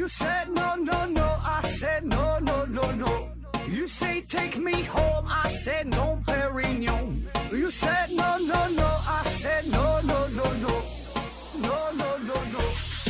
said no, no, no, I said no, no, no, no. You say take me home, I said no, Perignon. You said no, no, no, I said no, no, no, no. No, no, no, no.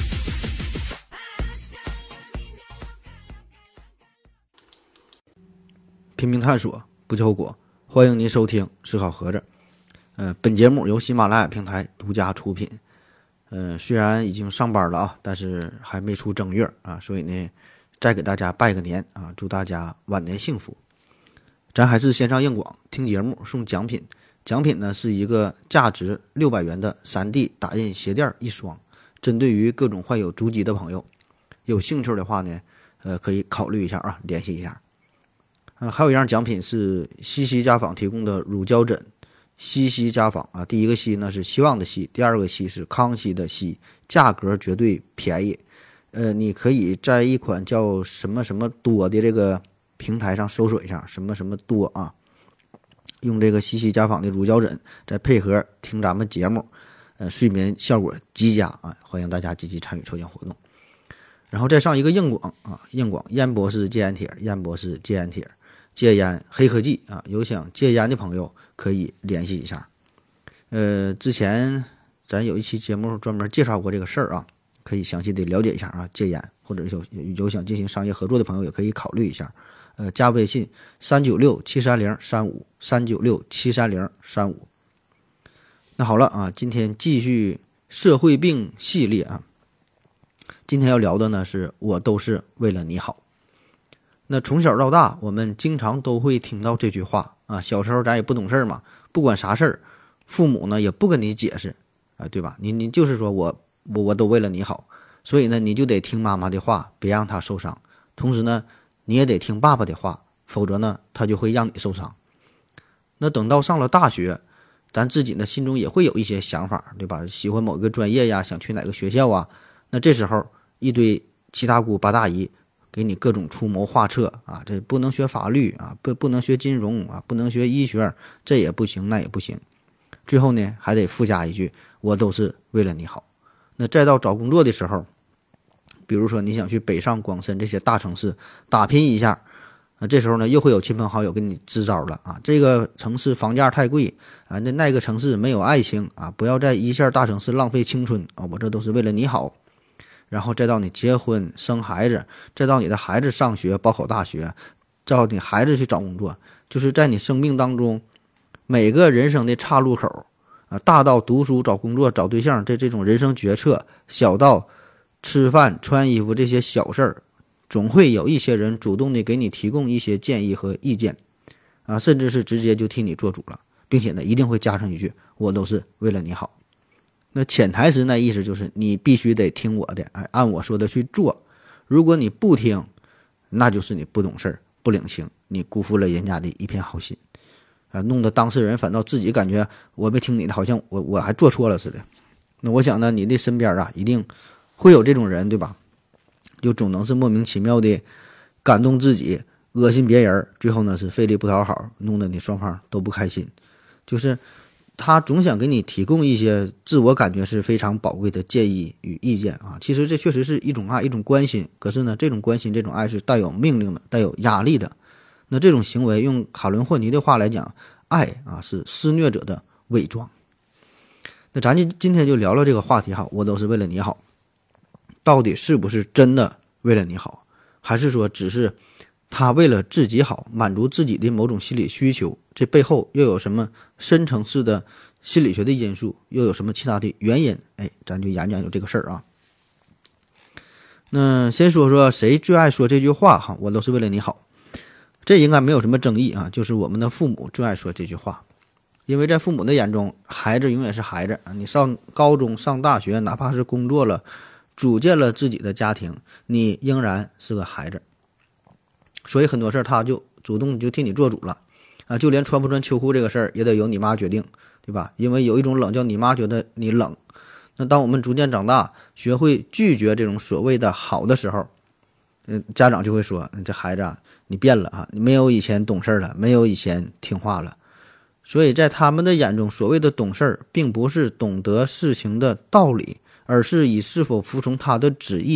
拼命探索，不计后果。欢迎您收听思考盒子。本节目由喜马拉雅平台独家出品。虽然已经上班了啊，但是还没出正月啊，所以呢，再给大家拜个年啊，祝大家晚年幸福。咱还是先上硬广，听节目送奖品。奖品呢是一个价值600元的 3D 打印鞋垫一双，针对于各种患有足疾的朋友，有兴趣的话呢，可以考虑一下啊，联系一下。还有一样奖品是西西家纺提供的乳胶枕。西西家纺啊，第一个西呢是希望的希，第二个西是康熙的熙，价格绝对便宜。你可以在一款叫什么什么多的这个平台上搜索一下，什么什么多啊，用这个西西家纺的乳胶枕，再配合听咱们节目，睡眠效果极佳啊！欢迎大家积极参与抽奖活动。然后再上一个硬广啊，硬广燕博士戒烟帖，燕博士戒烟帖。戒烟黑科技啊，有想戒烟的朋友可以联系一下。之前咱有一期节目专门介绍过这个事儿啊，可以详细的了解一下啊。戒烟或者有想进行商业合作的朋友也可以考虑一下。加微信39673035396730335。那好了啊，今天继续社会病系列啊。今天要聊的呢是我都是为了你好。那从小到大，我们经常都会听到这句话啊。小时候咱也不懂事嘛，不管啥事儿，父母呢也不跟你解释啊，对吧？你就是说我都为了你好，所以呢你就得听妈妈的话，别让她受伤。同时呢，你也得听爸爸的话，否则呢他就会让你受伤。那等到上了大学，咱自己呢心中也会有一些想法，对吧？喜欢某个专业呀，想去哪个学校啊？那这时候一堆七大姑八大姨给你各种出谋划策啊，这不能学法律啊，不能学金融啊，不能学医学，这也不行那也不行。最后呢还得附加一句，我都是为了你好。那再到找工作的时候，比如说你想去北上广深这些大城市打拼一下，这时候呢又会有亲朋好友给你支招了啊，这个城市房价太贵啊，那个城市没有爱情啊，不要在一线大城市浪费青春啊，我这都是为了你好。然后再到你结婚生孩子，再到你的孩子上学报考大学，再到你孩子去找工作，就是在你生命当中每个人生的岔路口啊，大到读书找工作找对象这种人生决策，小到吃饭穿衣服这些小事儿，总会有一些人主动的给你提供一些建议和意见啊，甚至是直接就替你做主了，并且呢一定会加上一句，我都是为了你好。那潜台词那意思就是你必须得听我的，按我说的去做。如果你不听，那就是你不懂事儿不领情，你辜负了人家的一片好心啊，弄得当事人反倒自己感觉我没听你的，好像我还做错了似的。那我想呢，你的身边啊一定会有这种人，对吧？就总能是莫名其妙的感动自己，恶心别人，最后呢是费力不讨好，弄得你双方都不开心。就是他总想给你提供一些自我感觉是非常宝贵的建议与意见啊，其实这确实是一种爱，一种关心。可是呢，这种关心、这种爱是带有命令的，带有压力的。那这种行为，用卡伦霍尼的话来讲，爱啊是施虐者的伪装。那咱今天就聊聊这个话题哈，我都是为了你好，到底是不是真的为了你好，还是说只是他为了自己好，满足自己的某种心理需求？这背后又有什么深层次的心理学的因素，又有什么其他的原因？咱就研究这个事儿啊。那先说说谁最爱说这句话哈，我都是为了你好。这应该没有什么争议啊，就是我们的父母最爱说这句话。因为在父母的眼中，孩子永远是孩子啊，你上高中上大学，哪怕是工作了，组建了自己的家庭，你仍然是个孩子。所以很多事儿他就主动就替你做主了啊，就连穿不穿秋裤这个事儿也得由你妈决定，对吧？因为有一种冷叫你妈觉得你冷。那当我们逐渐长大，学会拒绝这种所谓的好的时候，家长就会说，这孩子啊，你变了啊，你没有以前懂事了，没有以前听话了。所以在他们的眼中，所谓的懂事并不是懂得事情的道理，而是以是否服从他的旨意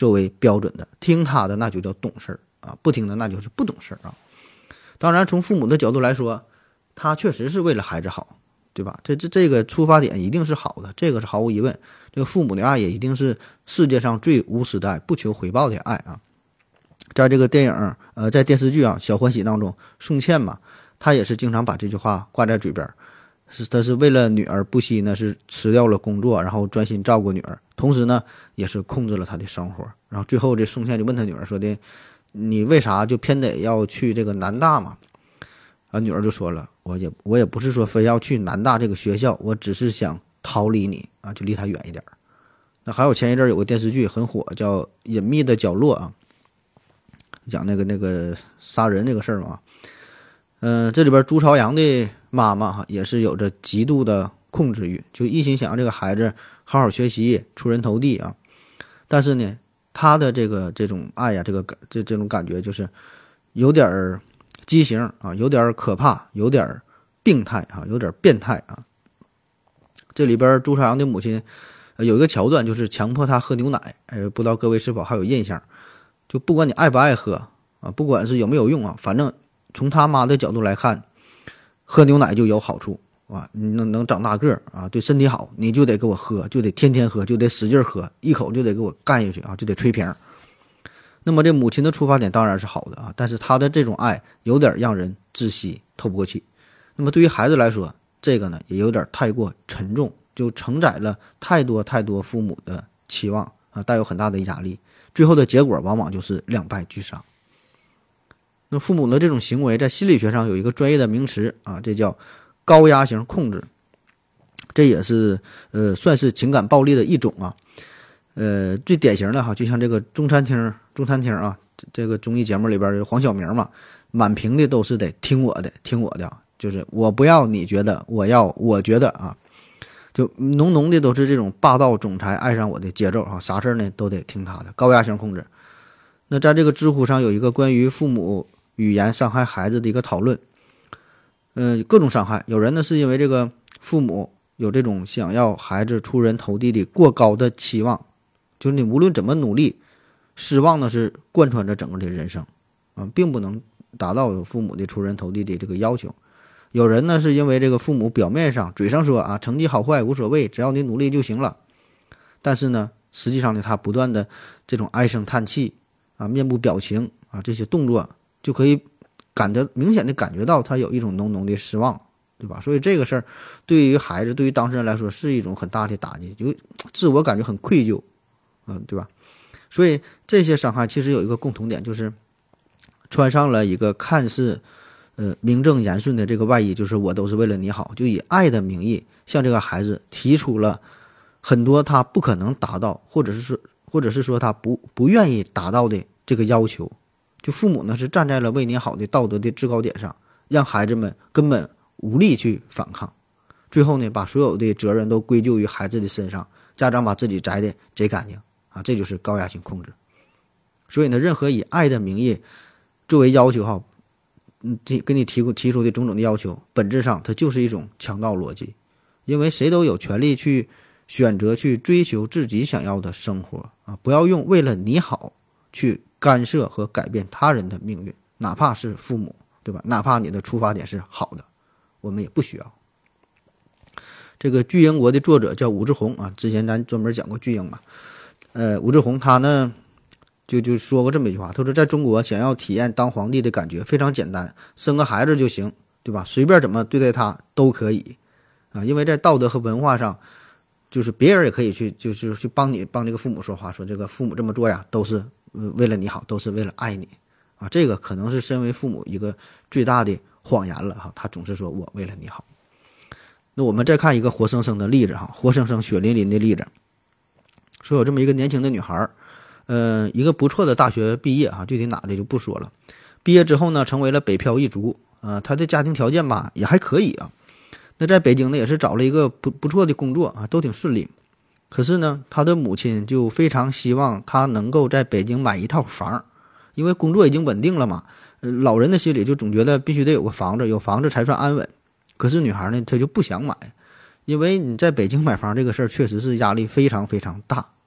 作为标准的，听他的那就叫懂事儿啊，不听的那就是不懂事儿啊。当然，从父母的角度来说，他确实是为了孩子好，对吧？这个出发点一定是好的，这个是毫无疑问。这个父母的爱也一定是世界上最无私的爱，不求回报的爱啊。在这个电影在电视剧啊《小欢喜》当中，宋茜嘛，她也是经常把这句话挂在嘴边，她是为了女儿不惜呢是辞掉了工作，然后专心照顾女儿，同时呢也是控制了她的生活。然后最后这宋茜就问她女儿说的：“你为啥就偏得要去这个南大嘛？”啊，女儿就说了：“我也不是说非要去南大这个学校，我只是想逃离你啊，就离他远一点。”那还有前一阵有个电视剧很火，叫《隐秘的角落》啊，讲那个杀人那个事儿嘛。这里边朱朝阳的妈妈哈也是有着极度的控制欲，就一心想让这个孩子好好学习，出人头地啊。但是呢，他的这种爱呀，这种感觉就是有点畸形啊，有点可怕，有点病态啊，有点变态啊。这里边朱朝阳的母亲有一个桥段，就是强迫他喝牛奶，不知道各位是否还有印象？就不管你爱不爱喝啊，不管是有没有用啊，反正从他妈的角度来看，喝牛奶就有好处啊，你能长大个啊，对身体好，你就得给我喝，就得天天喝，就得使劲喝，一口就得给我干下去啊，就得吹瓶。那么这母亲的出发点当然是好的啊，但是她的这种爱有点让人窒息，透不过气。那么对于孩子来说，这个呢也有点太过沉重，就承载了太多父母的期望啊，带有很大的压力，最后的结果往往就是两败俱伤。那父母的这种行为在心理学上有一个专业的名词啊，这叫高压型控制，这也是算是情感暴力的一种啊。最典型的哈，就像这个中餐厅啊，这个综艺节目里边黄晓明嘛，满屏的都是得听我的，就是我不要你觉得，我要我觉得啊，就浓的都是这种霸道总裁爱上我的节奏啊，啥事呢都得听他的，高压型控制。那在这个知乎上有一个关于父母语言伤害孩子的一个讨论，各种伤害，有人呢是因为这个父母有这种想要孩子出人头地的过高的期望，就是你无论怎么努力，失望呢是贯穿着整个的人生啊，并不能达到父母的出人头地的这个要求。有人呢是因为这个父母表面上嘴上说啊成绩好坏无所谓，只要你努力就行了，但是呢实际上呢他不断的这种唉声叹气啊，面部表情啊这些动作就可以明显的感觉到他有一种浓的失望，对吧？所以这个事儿对于孩子对于当事人来说是一种很大的打击，就自我感觉很愧疚对吧？所以这些伤害其实有一个共同点，就是穿上了一个看似名正言顺的这个外衣，就是我都是为了你好，就以爱的名义向这个孩子提出了很多他不可能达到，或者是说他不愿意达到的这个要求。就父母呢是站在了为你好的道德的制高点上，让孩子们根本无力去反抗，最后呢把所有的责任都归咎于孩子的身上，家长把自己摘的贼干净啊，这就是高压性控制。所以呢，任何以爱的名义作为要求哈，给你提出的种种的要求，本质上它就是一种强盗逻辑，因为谁都有权利去选择去追求自己想要的生活啊，不要用为了你好去干涉和改变他人的命运，哪怕是父母，对吧？哪怕你的出发点是好的，我们也不需要。这个巨婴国的作者叫武志红啊，之前咱专门讲过巨婴嘛。武志红他呢就说过这么一句话，他说在中国想要体验当皇帝的感觉非常简单，生个孩子就行，对吧？随便怎么对待他都可以啊，因为在道德和文化上，就是别人也可以去就是去帮这个父母说话，说这个父母这么做呀都是为了你好，都是为了爱你啊，这个可能是身为父母一个最大的谎言了哈，他总是说我为了你好。那我们再看一个活生生的例子哈，活生生血淋淋的例子，说有这么一个年轻的女孩，一个不错的大学毕业哈，具体哪的就不说了。毕业之后呢，成为了北漂一族，她的家庭条件吧也还可以啊。那在北京呢，也是找了一个不错的工作啊，都挺顺利。可是呢，她的母亲就非常希望她能够在北京买一套房，因为工作已经稳定了嘛。老人的心里就总觉得必须得有个房子，有房子才算安稳。可是女孩呢，她就不想买，因为你在北京买房这个事儿确实是压力非常非常大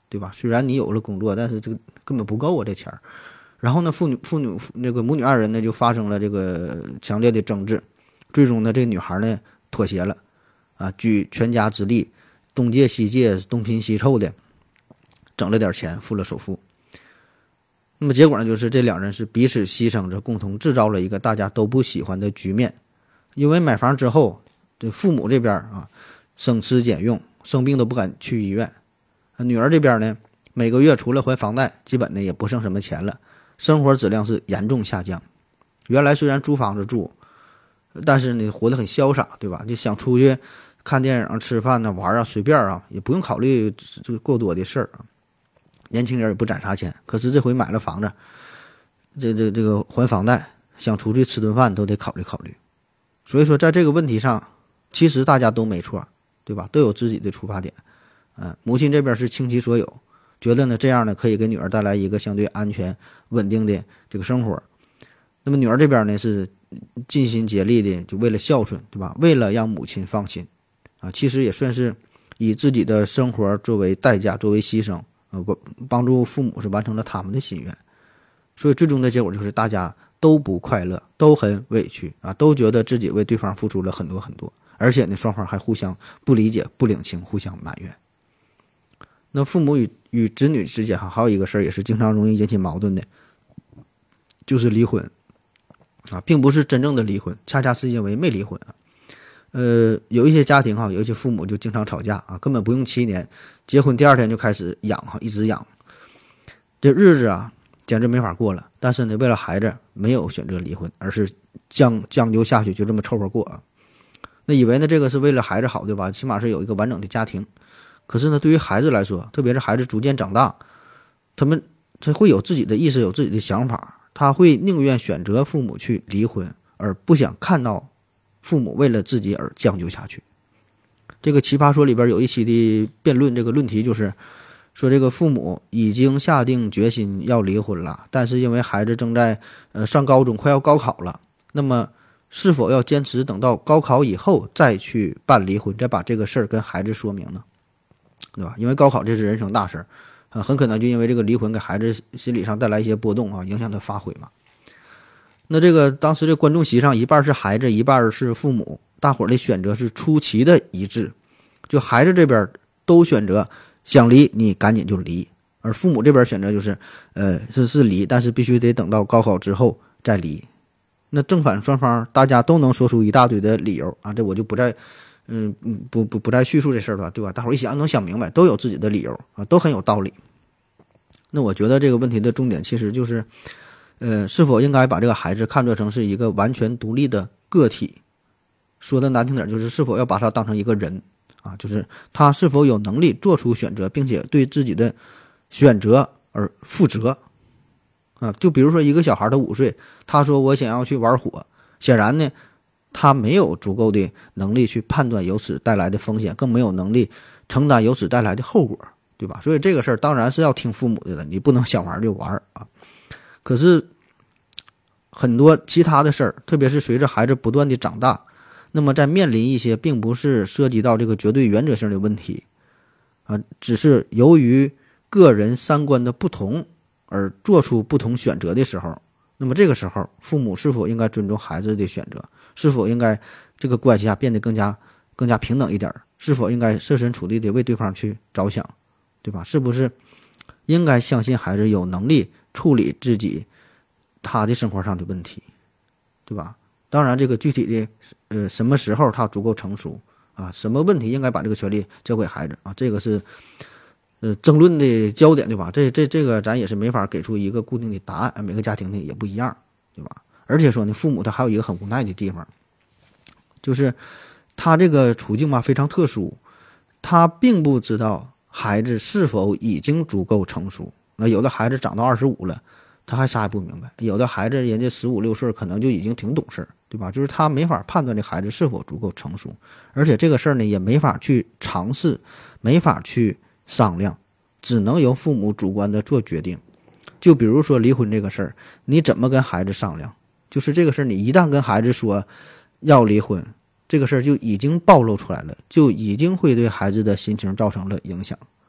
对吧？虽然你有了工作，但是这个根本不够啊，这钱儿。然后呢，那个母女二人呢就发生了这个强烈的争执，最终呢，这个女孩呢妥协了，啊，举全家之力，东借西借，东拼西凑的，整了点钱，付了首付。那么结果呢，就是这两人是彼此牺牲着，共同制造了一个大家都不喜欢的局面。因为买房之后，这父母这边啊，省吃俭用，生病都不敢去医院。女儿这边呢，每个月除了还房贷，基本呢也不剩什么钱了，生活质量是严重下降。原来虽然租房子住，但是呢活得很潇洒，对吧？就想出去看电影、吃饭呢、玩啊，随便啊，也不用考虑这过多的事儿啊。年轻人也不攒啥钱，可是这回买了房子，这个还房贷，想出去吃顿饭都得考虑考虑。所以说，在这个问题上，其实大家都没错，对吧？都有自己的出发点。母亲这边是倾其所有，觉得呢这样呢可以给女儿带来一个相对安全、稳定的这个生活。那么女儿这边呢是尽心竭力的，就为了孝顺，对吧？为了让母亲放心啊，其实也算是以自己的生活作为代价，作为牺牲。帮助父母是完成了他们的心愿，所以最终的结果就是大家都不快乐，都很委屈啊，都觉得自己为对方付出了很多很多，而且呢，双方还互相不理解、不领情，互相埋怨。那父母与子女之间还有一个事儿，也是经常容易引起矛盾的，就是离婚啊，并不是真正的离婚，恰恰是因为没离婚啊。有一些家庭有一些父母就经常吵架啊，根本不用7年，结婚第2天就开始养一直养，这日子啊简直没法过了。但是呢，为了孩子没有选择离婚，而是将就下去，就这么凑合过啊。那以为呢这个是为了孩子好，对吧？起码是有一个完整的家庭。可是呢，对于孩子来说，特别是孩子逐渐长大，他会有自己的意识，有自己的想法，他会宁愿选择父母去离婚，而不想看到父母为了自己而将就下去。这个奇葩说里边有一期的辩论，这个论题就是说，这个父母已经下定决心要离婚了，但是因为孩子正在上高中，快要高考了，那么是否要坚持等到高考以后再去办离婚，再把这个事儿跟孩子说明呢？对吧？因为高考这是人生大事儿，很可能就因为这个离婚给孩子心理上带来一些波动啊，影响他发挥嘛。那这个当时这观众席上，一半是孩子，一半是父母，大伙儿的选择是出奇的一致。就孩子这边都选择想离，你赶紧就离；而父母这边选择就是是离，但是必须得等到高考之后再离。那正反双方大家都能说出一大堆的理由啊，这我就不再不再叙述这事儿了，对吧？大伙儿一想能想明白，都有自己的理由啊，都很有道理。那我觉得这个问题的重点其实就是是否应该把这个孩子看作成是一个完全独立的个体？说的难听点，就是是否要把他当成一个人啊？就是他是否有能力做出选择，并且对自己的选择而负责啊？就比如说一个小孩的5岁，他说我想要去玩火，显然呢，他没有足够的能力去判断由此带来的风险，更没有能力承担由此带来的后果，对吧？所以这个事儿当然是要听父母的了，你不能想玩就玩啊。可是很多其他的事儿，特别是随着孩子不断的长大，那么在面临一些并不是涉及到这个绝对原则性的问题啊，只是由于个人三观的不同而做出不同选择的时候，那么这个时候父母是否应该尊重孩子的选择，是否应该这个关系变得更加平等一点，是否应该设身处地的为对方去着想，对吧？是不是应该相信孩子有能力处理自己他的生活上的问题，对吧？当然这个具体的什么时候他足够成熟啊，什么问题应该把这个权利交给孩子啊，这个是争论的焦点，对吧？这个咱也是没法给出一个固定的答案，每个家庭呢也不一样，对吧？而且说呢，父母他还有一个很无奈的地方，就是他这个处境嘛非常特殊，他并不知道孩子是否已经足够成熟。那有的孩子长到25了，他还啥也不明白；有的孩子人家15、16岁可能就已经挺懂事，对吧？就是他没法判断这孩子是否足够成熟，而且这个事儿呢也没法去尝试，没法去商量，只能由父母主观的做决定。就比如说离婚这个事儿，你怎么跟孩子商量？就是这个事儿，你一旦跟孩子说要离婚，这个事儿就已经暴露出来了，就已经会对孩子的心情造成了影响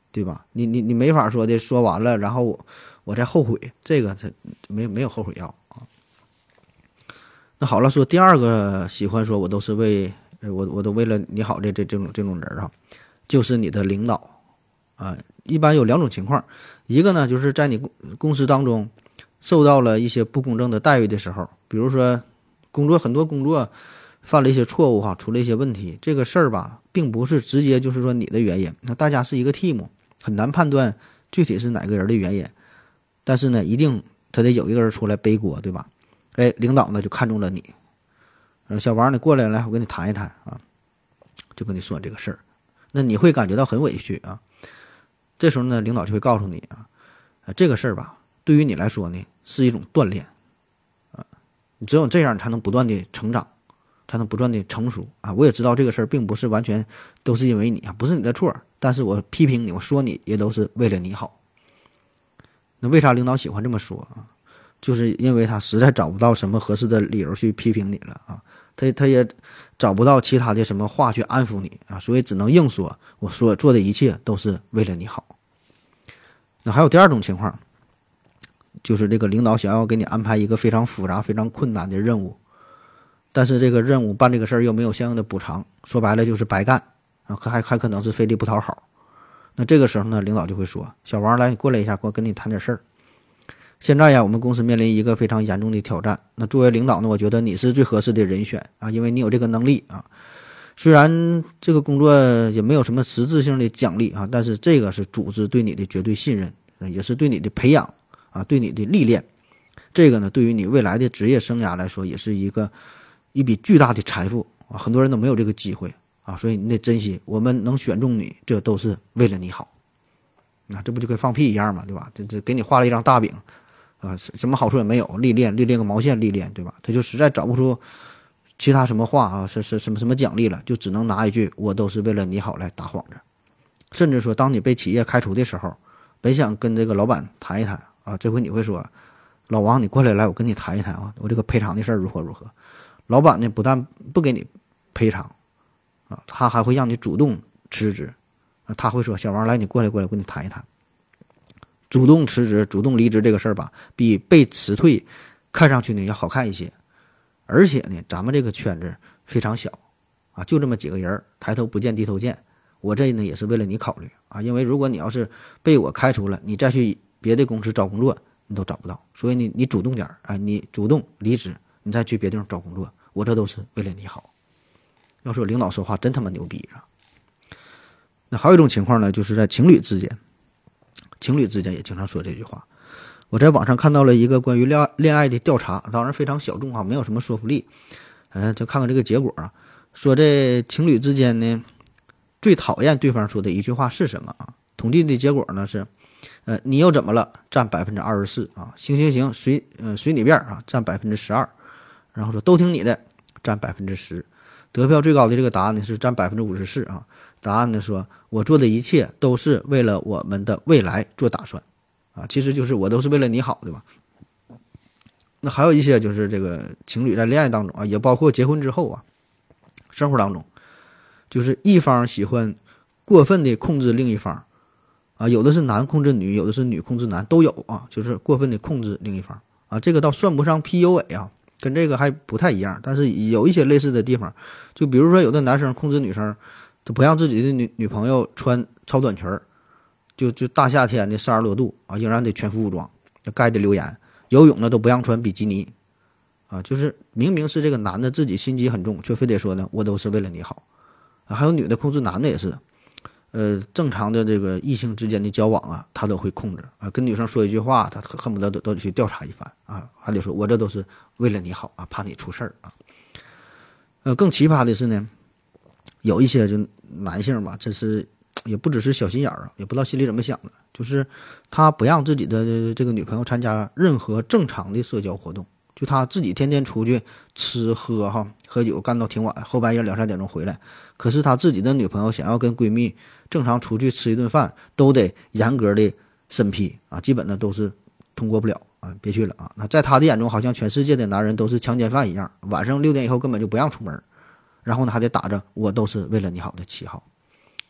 对吧？你没法说的，说完了，然后我再后悔，这个它没有后悔药啊。那好了，说第二个喜欢说我都是我都为了你好的这种人啊，就是你的领导啊。一般有两种情况，一个呢就是在你公司当中受到了一些不公正的待遇的时候，比如说很多工作犯了一些错误哈，出了一些问题，这个事儿吧，并不是直接就是说你的原因，那大家是一个 team， 很难判断具体是哪个人的原因，但是呢，一定他得有一个人出来背锅，对吧？哎，领导呢就看中了你，小王你过来，来我跟你谈一谈啊，就跟你说这个事儿，那你会感觉到很委屈啊。这时候呢，领导就会告诉你啊，这个事儿吧，对于你来说呢是一种锻炼啊，你只有这样，你才能不断的成长，才能不断的成熟啊。我也知道这个事儿并不是完全都是因为你啊，不是你的错，但是我批评你，我说你也都是为了你好。那为啥领导喜欢这么说啊？就是因为他实在找不到什么合适的理由去批评你了啊，他也找不到其他的什么话去安抚你啊，所以只能硬说我所做的一切都是为了你好。那还有第二种情况，就是这个领导想要给你安排一个非常复杂非常困难的任务，但是这个任务办这个事儿又没有相应的补偿，说白了就是白干啊，还可能是费力不讨好。那这个时候呢，领导就会说，小王来，你过来一下，我跟你谈点事儿。现在呀，我们公司面临一个非常严重的挑战。那作为领导呢，我觉得你是最合适的人选啊，因为你有这个能力啊。虽然这个工作也没有什么实质性的奖励啊，但是这个是组织对你的绝对信任，也是对你的培养啊，对你的历练。这个呢，对于你未来的职业生涯来说，也是一笔巨大的财富啊。很多人都没有这个机会啊，所以你得珍惜。我们能选中你，这都是为了你好。那这不就跟放屁一样嘛，对吧？这给你画了一张大饼。什么好处也没有，历练个毛线历练，对吧？他就实在找不出其他什么话啊，是什么奖励了，就只能拿一句我都是为了你好来打晃着。甚至说，当你被企业开除的时候，本想跟这个老板谈一谈啊，这回你会说，老王你过来，我跟你谈一谈啊，我这个赔偿的事儿如何。老板呢不但不给你赔偿啊，他还会让你主动辞职啊，他会说，小王来，你过来，我跟你谈一谈。主动辞职、主动离职这个事儿吧，比被辞退看上去呢要好看一些。而且呢，咱们这个圈子非常小啊，就这么几个人，抬头不见低头见。我这呢也是为了你考虑啊，因为如果你要是被我开除了，你再去别的公司找工作，你都找不到。所以你主动点啊，你主动离职，你再去别地方找工作，我这都是为了你好。要说领导说话真他妈牛逼啊！那还有一种情况呢，就是在情侣之间也经常说这句话。我在网上看到了一个关于恋爱的调查，当然非常小众啊，没有什么说服力。就看看这个结果啊，说这情侣之间呢，最讨厌对方说的一句话是什么啊？统计的结果呢是，你又怎么了？占24%啊，行，随你便啊，占12%。然后说都听你的，占10%。得票最高的这个答案呢是占54%啊。答案呢说，我做的一切都是为了我们的未来做打算啊，其实就是我都是为了你好，对吧？那还有一些就是这个情侣在恋爱当中啊，也包括结婚之后啊，生活当中，就是一方喜欢过分的控制另一方啊，有的是男控制女，有的是女控制男，都有啊，就是过分的控制另一方啊，这个倒算不上 PUA 啊，跟这个还不太一样，但是有一些类似的地方，就比如说有的男生控制女生，他不让自己的女朋友穿超短裙，就大夏天的40多度啊，仍然得全副武装，盖得留言，游泳呢都不让穿比基尼啊，就是明明是这个男的自己心机很重，却非得说呢我都是为了你好啊。还有女的控制男的也是，正常的这个异性之间的交往啊，他都会控制啊，跟女生说一句话，他恨不得都得去调查一番啊，还得说我这都是为了你好啊，怕你出事儿啊。更奇葩的是呢，有一些就男性吧，这是也不只是小心眼儿啊，也不知道心里怎么想的，就是他不让自己的这个女朋友参加任何正常的社交活动，就他自己天天出去吃喝喝酒干到挺晚，后半夜2、3点钟回来，可是他自己的女朋友想要跟闺蜜正常出去吃一顿饭，都得严格的审批啊，基本呢都是通过不了啊，别去了啊。那在他的眼中，好像全世界的男人都是强奸犯一样，晚上6点以后根本就不让出门，然后呢还得打着我都是为了你好的旗号。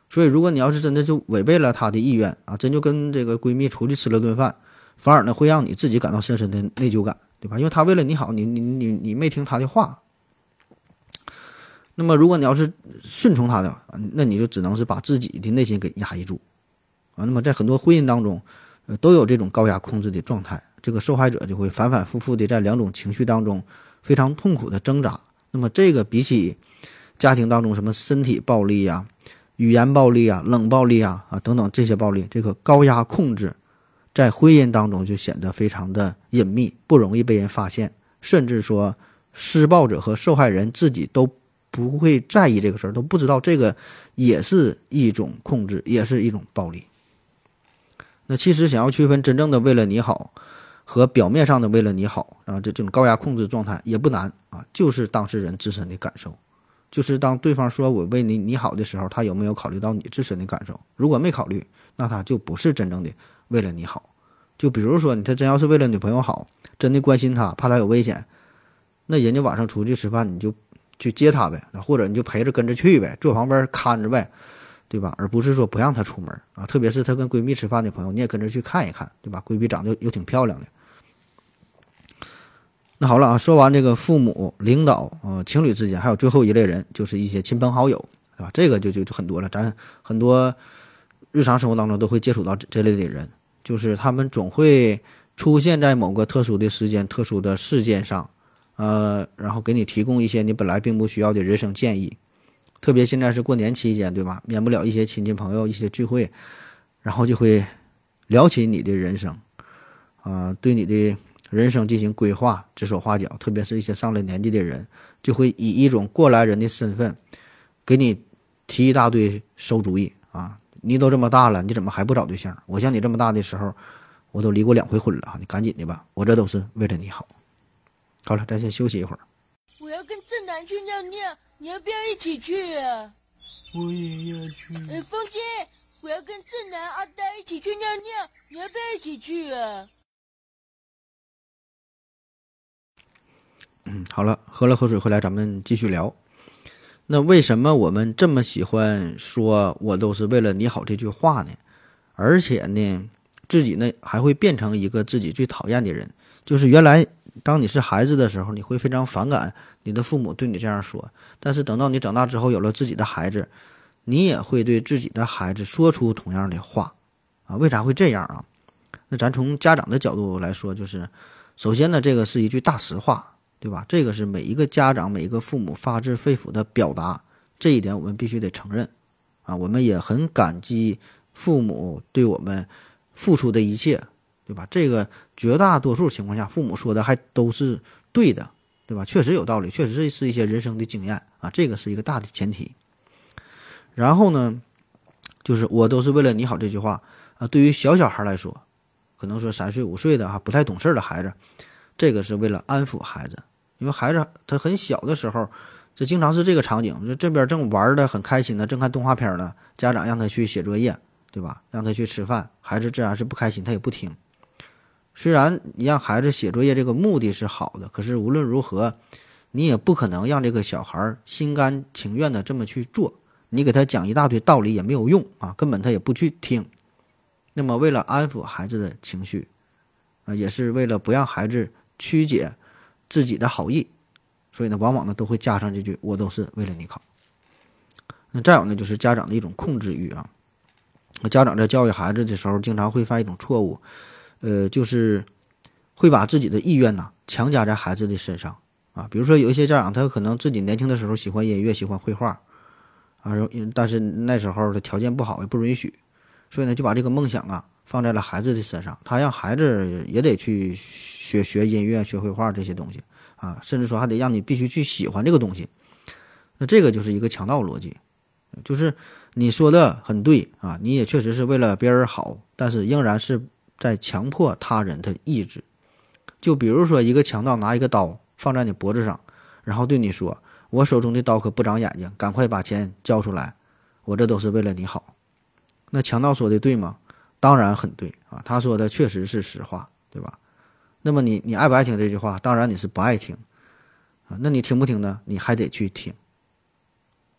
所以如果你要是真的就违背了他的意愿啊，真就跟这个闺蜜出去吃了顿饭，反而呢会让你自己感到深深的内疚感，对吧？因为他为了你好，你没听他的话。那么如果你要是顺从他的，那你就只能是把自己的内心给压抑住啊。那么在很多婚姻当中，都有这种高压控制的状态，这个受害者就会反反复复的在两种情绪当中非常痛苦的挣扎。那么这个比起家庭当中什么身体暴力啊、语言暴力啊、冷暴力啊等等这些暴力，这个高压控制在婚姻当中就显得非常的隐秘，不容易被人发现，甚至说施暴者和受害人自己都不会在意这个事儿，都不知道这个也是一种控制，也是一种暴力。那其实想要区分真正的为了你好和表面上的为了你好啊，这种高压控制状态也不难啊，就是当事人自身的感受，就是当对方说我为你好的时候，他有没有考虑到你自身的感受？如果没考虑，那他就不是真正的为了你好。就比如说他真要是为了女朋友好，真的关心她，怕她有危险，那人家晚上出去吃饭你就去接她呗，或者你就陪着跟着去呗，坐旁边看着呗，对吧？而不是说不让她出门啊。特别是她跟闺蜜吃饭的朋友，你也跟着去看一看，对吧？闺蜜长得又挺漂亮的。那好了啊，说完这个父母、领导、情侣之间，还有最后一类人，就是一些亲朋好友，对吧？这个就很多了，咱很多日常生活当中都会接触到这类的人，就是他们总会出现在某个特殊的时间、特殊的事件上，然后给你提供一些你本来并不需要的人生建议。特别现在是过年期间，对吧？免不了一些亲戚朋友、一些聚会，然后就会聊起你的人生，对你的人生进行规划，指手画脚。特别是一些上了年纪的人，就会以一种过来人的身份给你提一大堆馊主意啊！你都这么大了，你怎么还不找对象？我像你这么大的时候，我都离过2回婚了，你赶紧的吧，我这都是为了你好。好了，咱先休息一会儿。 我要跟正南去尿尿，你要不要一起去啊？ 我也要去。 风姐，我要跟正南、阿呆一起去尿尿，你要不要一起去啊？ 好了，喝了口水回来，咱们继续聊。那为什么我们这么喜欢说我都是为了你好这句话呢？而且呢，自己呢还会变成一个自己最讨厌的人。就是原来当你是孩子的时候，你会非常反感你的父母对你这样说，但是等到你长大之后有了自己的孩子，你也会对自己的孩子说出同样的话啊。为啥会这样啊？那咱从家长的角度来说，就是首先呢，这个是一句大实话，对吧？这个是每一个家长、每一个父母发自肺腑的表达，这一点我们必须得承认啊。我们也很感激父母对我们付出的一切，对吧？这个绝大多数情况下，父母说的还都是对的，对吧？确实有道理，确实是一些人生的经验啊，这个是一个大的前提。然后呢，就是我都是为了你好这句话啊，对于小孩来说，可能说3岁5岁的不太懂事的孩子，这个是为了安抚孩子，因为孩子他很小的时候，这经常是这个场景，就这边正玩的很开心呢，正看动画片呢，家长让他去写作业，对吧？让他去吃饭，孩子自然是不开心，他也不听。虽然你让孩子写作业这个目的是好的，可是无论如何，你也不可能让这个小孩心甘情愿的这么去做。你给他讲一大堆道理也没有用啊，根本他也不去听。那么为了安抚孩子的情绪也是为了不让孩子曲解自己的好意，所以呢往往呢都会加上这句我都是为了你好。那再有呢就是家长的一种控制欲啊。家长在教育孩子的时候经常会犯一种错误，就是会把自己的意愿强加在孩子的身上啊。比如说有一些家长他可能自己年轻的时候喜欢音乐喜欢绘画啊，但是那时候的条件不好也不允许，所以呢就把这个梦想放在了孩子的身上，他让孩子也得去学音乐学绘画这些东西啊，甚至说还得让你必须去喜欢这个东西。那这个就是一个强盗逻辑，就是你说的很对啊，你也确实是为了别人好，但是仍然是在强迫他人的意志。就比如说一个强盗拿一个刀放在你脖子上，然后对你说我手中的刀可不长眼睛，赶快把钱交出来，我这都是为了你好。那强盗说的对吗？当然很对啊，他说的确实是实话，对吧？那么你爱不爱听这句话？当然你是不爱听啊，那你听不听呢？你还得去听。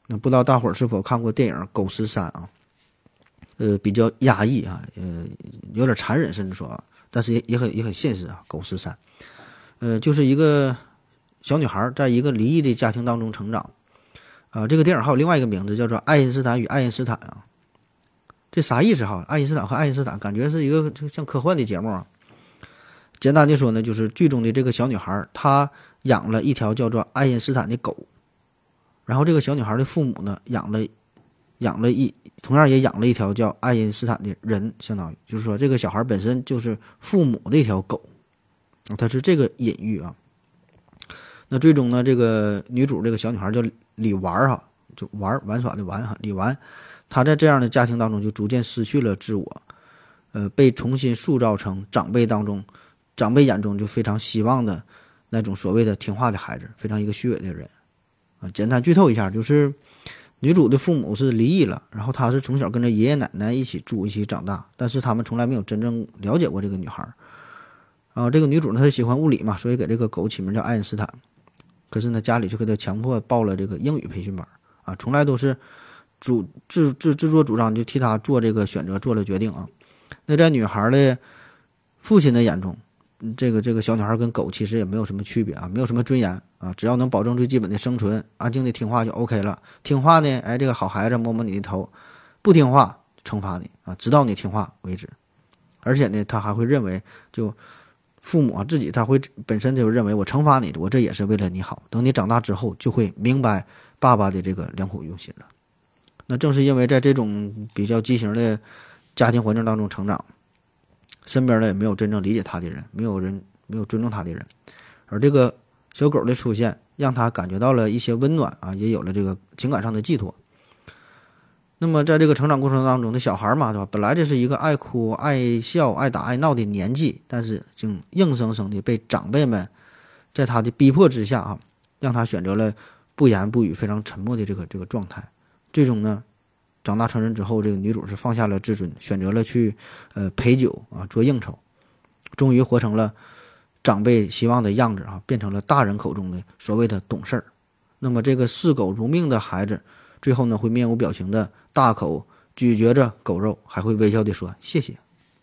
那不知道大伙儿是否看过电影《狗十三》啊？比较压抑啊，有点残忍，甚至说啊，但是也很现实啊。狗13，就是一个小女孩在一个离异的家庭当中成长，这个电影还有另外一个名字叫做《爱因斯坦与爱因斯坦》啊，这啥意思哈？爱因斯坦和爱因斯坦感觉是一个像科幻的节目啊。简单的说呢，就是剧中的这个小女孩，她养了一条叫做爱因斯坦的狗，然后这个小女孩的父母呢，同样也养了一条叫爱因斯坦的人，相当于就是说这个小孩本身就是父母的一条狗，它是这个隐喻啊。那最终呢，这个女主这个小女孩叫李玩哈，就玩耍的玩哈，李玩，她在这样的家庭当中就逐渐失去了自我，被重新塑造成长辈眼中就非常希望的那种所谓的听话的孩子，非常一个虚伪的人啊。简单剧透一下，就是女主的父母是离异了，然后她是从小跟着爷爷奶奶一起住一起长大，但是他们从来没有真正了解过这个女孩。这个女主呢，她喜欢物理嘛，所以给这个狗起名叫爱因斯坦。可是呢，家里就给她强迫报了这个英语培训班啊，从来都是自作主张就替她做这个选择，做了决定啊。那在女孩的父亲的眼中，这个小女孩跟狗其实也没有什么区别啊，没有什么尊严啊，只要能保证最基本的生存，安静的听话就 OK 了。听话呢，这个好孩子摸摸你的头；不听话惩罚你啊，直到你听话为止。而且呢，他还会认为，就父母自己他会本身就认为我惩罚你，我这也是为了你好。等你长大之后，就会明白爸爸的这个良苦用心了。那正是因为在这种比较畸形的家庭环境当中成长，身边呢也没有真正理解他的人，没有尊重他的人，而这个小狗的出现，让他感觉到了一些温暖啊，也有了这个情感上的寄托。那么在这个成长过程当中的小孩嘛，对吧？本来这是一个爱哭、爱笑、爱打、爱闹的年纪，但是就硬生生的被长辈们在他的逼迫之下啊，让他选择了不言不语、非常沉默的这个状态。最终呢，长大成人之后，这个女主是放下了自尊，选择了去陪酒啊，做应酬，终于活成了长辈希望的样子啊，变成了大人口中的所谓的懂事儿。那么这个视狗如命的孩子，最后呢会面无表情的大口咀嚼着狗肉，还会微笑地说谢谢。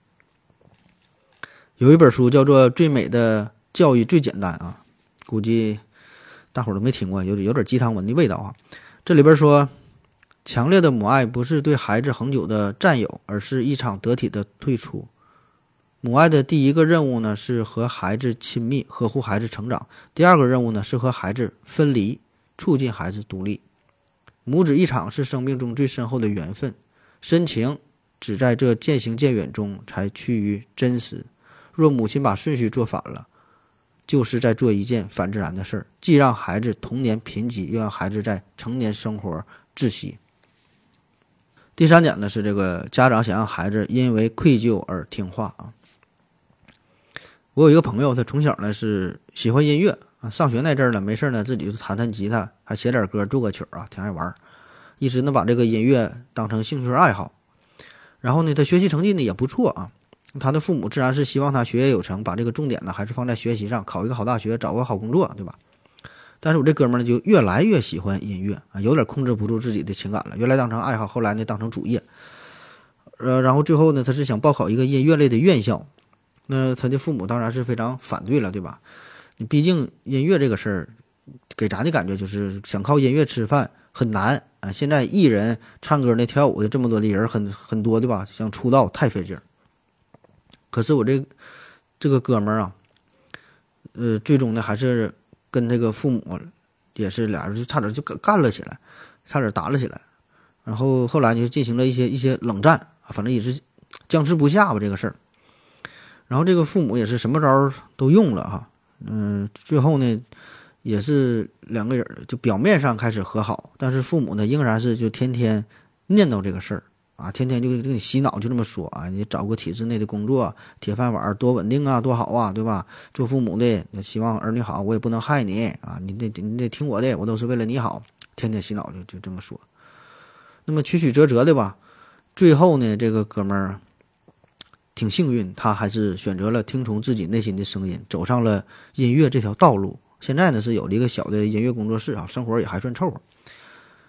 有一本书叫做《最美的教育最简单》啊，估计大伙儿都没听过，有点鸡汤文的味道啊。这里边说，强烈的母爱不是对孩子恒久的占有，而是一场得体的退出。母爱的第一个任务呢是和孩子亲密，呵护孩子成长；第二个任务呢是和孩子分离，促进孩子独立。母子一场是生命中最深厚的缘分，深情只在这渐行渐远中才趋于真实。若母亲把顺序做反了，就是在做一件反自然的事儿，既让孩子童年贫瘠，又让孩子在成年生活窒息。第三点呢是这个家长想让孩子因为愧疚而听话啊。我有一个朋友，他从小呢是喜欢音乐啊，上学那阵儿呢，没事呢自己就弹弹吉他，还写点歌，做个曲儿啊，挺爱玩，一直呢把这个音乐当成兴趣爱好。然后呢，他学习成绩呢也不错啊，他的父母自然是希望他学业有成，把这个重点呢还是放在学习上，考一个好大学，找个好工作，对吧？但是我这哥们儿呢就越来越喜欢音乐啊，有点控制不住自己的情感了，原来当成爱好，后来呢当成主业。然后最后呢，他是想报考一个音乐类的院校。那他的父母当然是非常反对了，对吧？你毕竟音乐这个事儿，给咱的感觉就是想靠音乐吃饭很难啊。现在艺人唱歌的、跳舞的这么多的人很多，对吧？想出道太费劲儿。可是我这个哥们儿啊，最终呢还是跟这个父母也是俩人就差点就干了起来，差点打了起来。然后后来就进行了一些冷战啊，反正也是僵持不下吧这个事儿。然后这个父母也是什么招都用了哈，最后呢，也是两个人就表面上开始和好，但是父母呢仍然是就天天念叨这个事儿啊，天天就给你洗脑，就这么说啊，你找个体制内的工作，铁饭碗多稳定啊，多好啊，对吧？做父母的希望儿女好，我也不能害你啊，你得听我的，我都是为了你好，天天洗脑就这么说。那么曲曲折折的吧，最后呢，这个哥们儿挺幸运，他还是选择了听从自己内心的声音，走上了音乐这条道路。现在呢是有了一个小的音乐工作室啊，生活也还算凑合。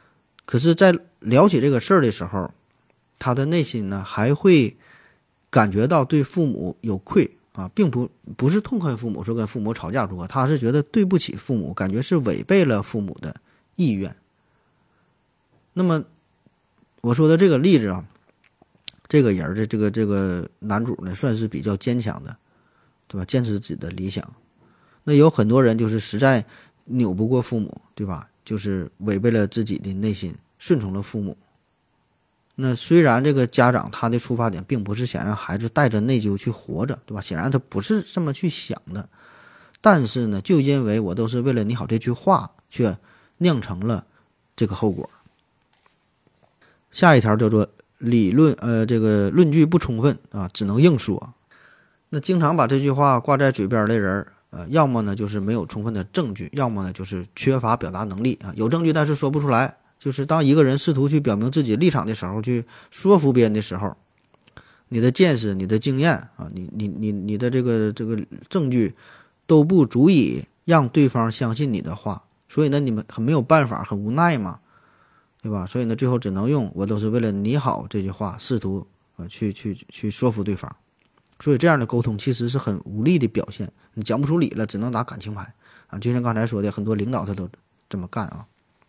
可是在聊起这个事儿的时候，他的内心呢还会感觉到对父母有愧啊，并不是痛恨父母，说跟父母吵架如何，他是觉得对不起父母，感觉是违背了父母的意愿。那么我说的这个例子啊，这个人的这个男主呢，算是比较坚强的，对吧？坚持自己的理想。那有很多人就是实在扭不过父母，对吧？就是违背了自己的内心，顺从了父母。那虽然这个家长他的出发点并不是想让孩子带着内疚去活着，对吧？显然他不是这么去想的，但是呢，就因为我都是为了你好这句话，却酿成了这个后果。下一条叫做这个论据不充分啊，只能硬说。那经常把这句话挂在嘴边的人，要么呢就是没有充分的证据，要么呢就是缺乏表达能力啊，有证据但是说不出来。就是当一个人试图去表明自己立场的时候，去说服别人的时候，你的见识、你的经验啊，你的这个证据都不足以让对方相信你的话，所以呢，你们很没有办法，很无奈嘛，对吧？所以呢，最后只能用“我都是为了你好”这句话，试图去说服对方。所以这样的沟通其实是很无力的表现，你讲不出理了，只能打感情牌啊。就像刚才说的，很多领导他都这么干啊。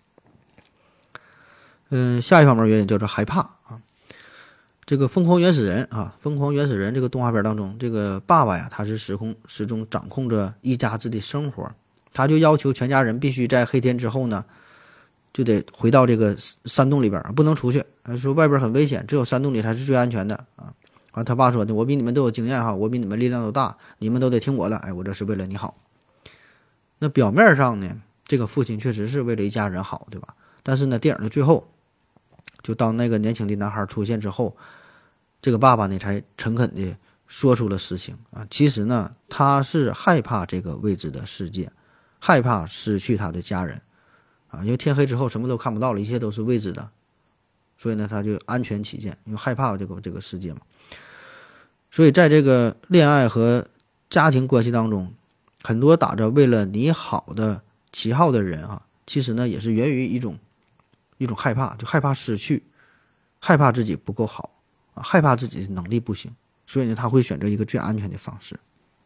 下一方面原因叫做害怕啊。这个《疯狂原始人》啊，《疯狂原始人》这个动画片当中，这个爸爸呀，他是始终掌控着一家子的生活，他就要求全家人必须在黑天之后呢，就得回到这个山洞里边，不能出去。说外边很危险，只有山洞里才是最安全的啊。完，他爸说的，我比你们都有经验哈，我比你们力量都大，你们都得听我的。哎，我这是为了你好。那表面上呢，这个父亲确实是为了一家人好，对吧？但是呢，电影的最后，就当那个年轻的男孩出现之后，这个爸爸呢才诚恳地说出了实情啊。其实呢，他是害怕这个未知的世界，害怕失去他的家人啊，因为天黑之后什么都看不到了，一切都是未知的，所以呢，他就安全起见，因为害怕这个世界嘛。所以在这个恋爱和家庭关系当中，很多打着为了你好的旗号的人啊，其实呢也是源于一种害怕，就害怕失去，害怕自己不够好啊，害怕自己的能力不行，所以呢他会选择一个最安全的方式。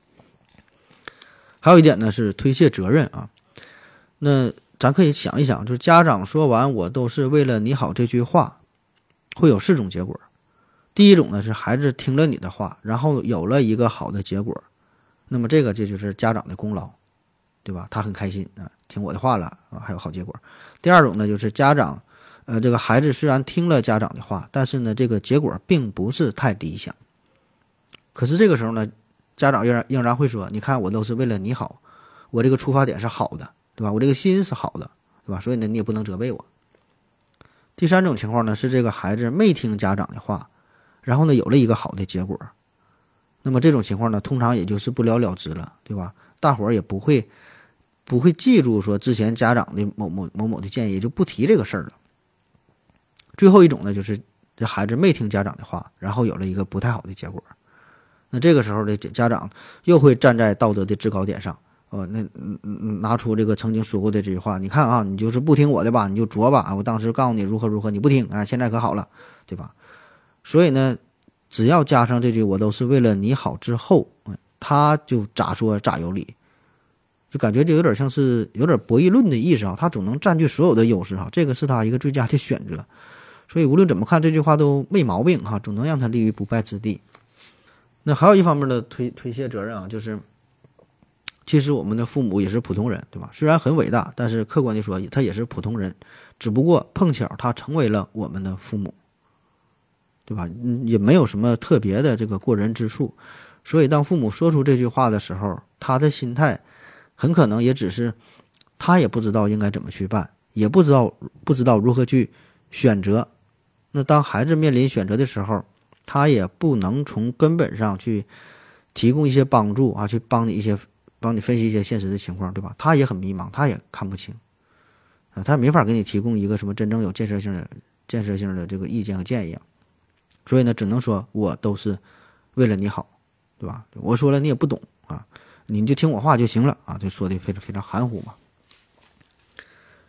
还有一点呢是推卸责任啊。那咱可以想一想，就是家长说完我都是为了你好这句话，会有4种结果。第一种呢是孩子听了你的话，然后有了一个好的结果，那么这就是家长的功劳，对吧？他很开心啊，听我的话了啊，还有好结果。第二种呢就是家长这个孩子虽然听了家长的话，但是呢这个结果并不是太理想。可是这个时候呢，家长仍然会说，你看我都是为了你好，我这个出发点是好的，对吧？我这个心是好的，对吧？所以呢你也不能责备我。第三种情况呢是这个孩子没听家长的话，然后呢有了一个好的结果，那么这种情况呢通常也就是不了了之了，对吧？大伙儿也不会记住说之前家长的某的建议，也就不提这个事儿了。最后一种呢就是这孩子没听家长的话，然后有了一个不太好的结果，那这个时候的家长又会站在道德的制高点上，拿出这个曾经说过的这句话，你看啊，你就是不听我的吧，你就作吧，我当时告诉你如何你不听啊，现在可好了，对吧？所以呢，只要加上这句我都是为了你好之后，他就咋说咋有理，就感觉就有点像是有点博弈论的意思啊，他总能占据所有的优势哈，这个是他一个最佳的选择。所以无论怎么看这句话都没毛病哈，总能让他立于不败之地。那还有一方面的推卸责任啊，就是其实我们的父母也是普通人，对吧？虽然很伟大，但是客观的说他也是普通人，只不过碰巧他成为了我们的父母，对吧？也没有什么特别的这个过人之处。所以当父母说出这句话的时候，他的心态很可能也只是他也不知道应该怎么去办，也不知道如何去选择。那当孩子面临选择的时候，他也不能从根本上去提供一些帮助啊，去帮你分析一些现实的情况，对吧？他也很迷茫，他也看不清啊，他没法给你提供一个什么真正有建设性的这个意见和建议啊。所以呢，只能说我都是为了你好，对吧？我说了你也不懂啊，你就听我话就行了啊，就说的非常非常含糊嘛。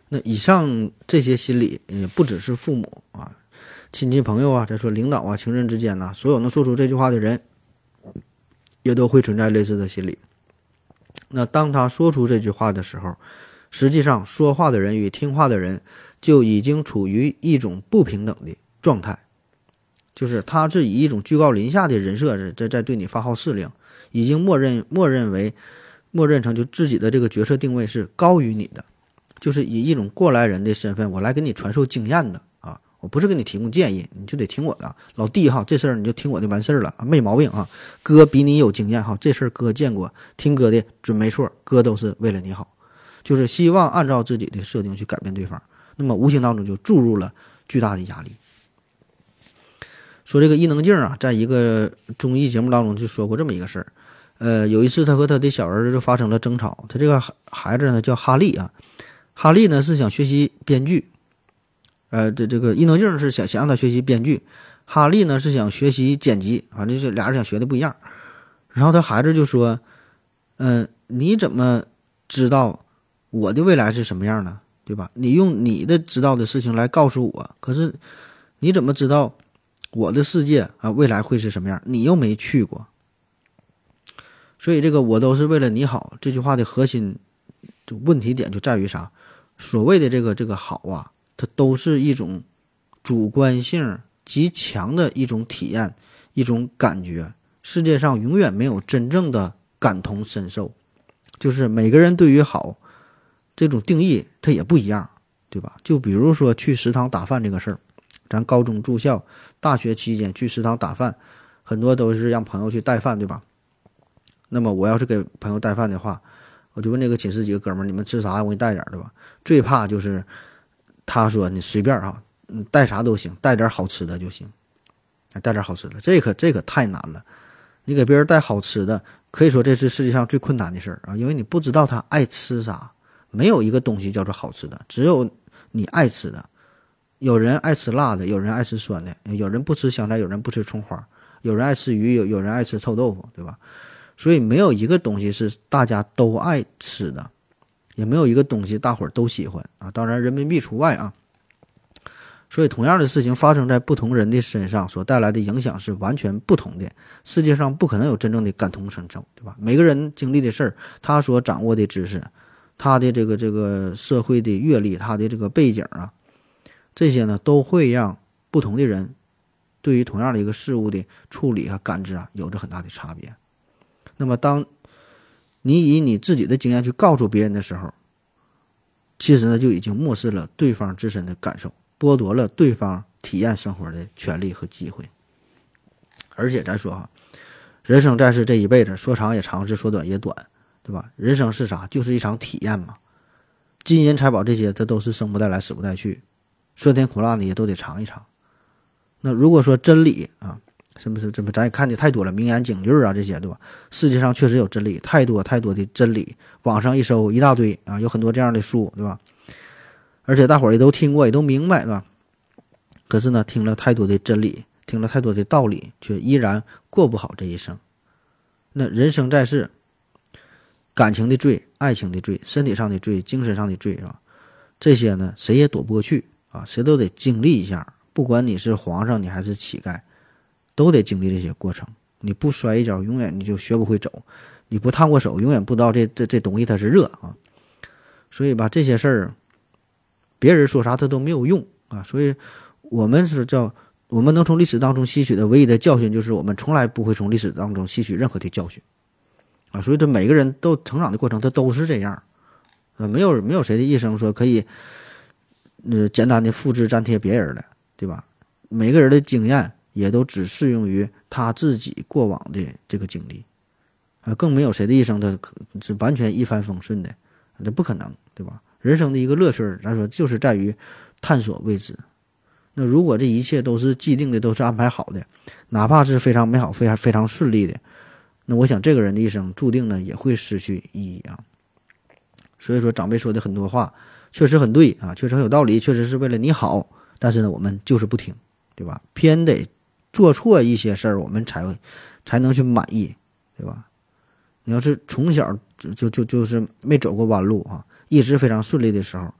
那以上这些心理也不只是父母啊，亲戚朋友啊，再说领导啊，情人之间呐，所有能说出这句话的人，也都会存在类似的心理。那当他说出这句话的时候，实际上说话的人与听话的人就已经处于一种不平等的状态，就是他是以一种居高临下的人设在对你发号施令，已经默认成就自己的这个角色定位是高于你的，就是以一种过来人的身份，我来给你传授经验的啊，我不是给你提供建议，你就得听我的，老弟哈，这事儿你就听我的完事儿了，没毛病啊，哥比你有经验哈，这事儿哥见过，听哥的准没错，哥都是为了你好，就是希望按照自己的设定去改变对方，那么无形当中就注入了巨大的压力。说这个伊能静啊，在一个综艺节目当中就说过这么一个事儿。有一次他和他的小儿子就发生了争吵，他这个孩子呢叫哈利啊，哈利呢是想学习编剧，这个伊能静是想让他学习编剧，哈利呢是想学习剪辑，反正就是俩人想学的不一样。然后他孩子就说，你怎么知道我的未来是什么样呢？对吧？你用你的知道的事情来告诉我，可是你怎么知道我的世界啊未来会是什么样？你又没去过。所以这个我都是为了你好这句话的核心就问题点就在于啥？所谓的这个好啊，它都是一种主观性极强的一种体验，一种感觉。世界上永远没有真正的感同身受，就是每个人对于好这种定义它也不一样，对吧？就比如说去食堂打饭这个事儿，咱高中住校，大学期间去食堂打饭，很多都是让朋友去带饭，对吧？那么我要是给朋友带饭的话，我就问这个寝室几个哥们儿，你们吃啥我给你带点，对吧？最怕就是他说你随便哈，带啥都行，带点好吃的就行，带点好吃的，这可太难了。你给别人带好吃的，可以说这是世界上最困难的事儿啊，因为你不知道他爱吃啥，没有一个东西叫做好吃的，只有你爱吃的。有人爱吃辣的，有人爱吃酸的，有人不吃香菜，有人不吃葱花，有人爱吃鱼，有人爱吃臭豆腐，对吧？所以没有一个东西是大家都爱吃的，也没有一个东西大伙儿都喜欢啊，当然人民币除外啊。所以同样的事情发生在不同人的身上，所带来的影响是完全不同的。世界上不可能有真正的感同身受，对吧？每个人经历的事儿，他所掌握的知识，他的这个社会的阅历，他的这个背景啊，这些呢都会让不同的人对于同样的一个事物的处理和感知啊，有着很大的差别。那么当你以你自己的经验去告诉别人的时候，其实呢就已经漠视了对方自身的感受，剥夺了对方体验生活的权利和机会。而且咱说哈，人生在世这一辈子，说长也长，是说短也短，对吧？人生是啥？就是一场体验嘛。金银财宝这些，它都是生不带来，死不带去，酸甜苦辣的也都得尝一尝。那如果说真理啊，什么咱也看的太多了，名言警句啊这些，对吧？世界上确实有真理，太多的真理，网上一搜一大堆啊，有很多这样的书，对吧？而且大伙儿也都听过，也都明白，对吧？可是呢，听了太多的真理，听了太多的道理，却依然过不好这一生。那人生在世，感情的罪、爱情的罪、身体上的罪、精神上的罪，是吧？这些呢，谁也躲不过去啊，谁都得经历一下。不管你是皇上，你还是乞丐，都得经历这些过程。你不摔一跤，永远你就学不会走；你不烫过手，永远不知道这东西它是热啊。所以吧，这些事儿，别人说啥它都没有用啊。所以我们能从历史当中吸取的唯一的教训，就是我们从来不会从历史当中吸取任何的教训啊。所以这每个人都成长的过程，它都是这样，没有谁的一生说可以简单的复制粘贴别人的，对吧？每个人的经验也都只适用于他自己过往的这个经历更没有谁的一生他是完全一帆风顺的，这不可能，对吧？人生的一个乐趣咱说就是在于探索未知。那如果这一切都是既定的，都是安排好的，哪怕是非常美好、非常顺利的，那我想这个人的一生注定呢也会失去意义啊。所以说长辈说的很多话确实很对啊，确实很有道理，确实是为了你好，但是呢我们就是不听，对吧？偏得做错一些事儿，我们才能去满意，对吧？你要是从小就是没走过弯路啊，一直非常顺利的时候，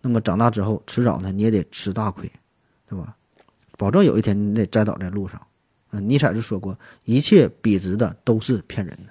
那么长大之后迟早呢你也得吃大亏，对吧？保证有一天你得栽倒在路上。尼采就说过，一切笔直的都是骗人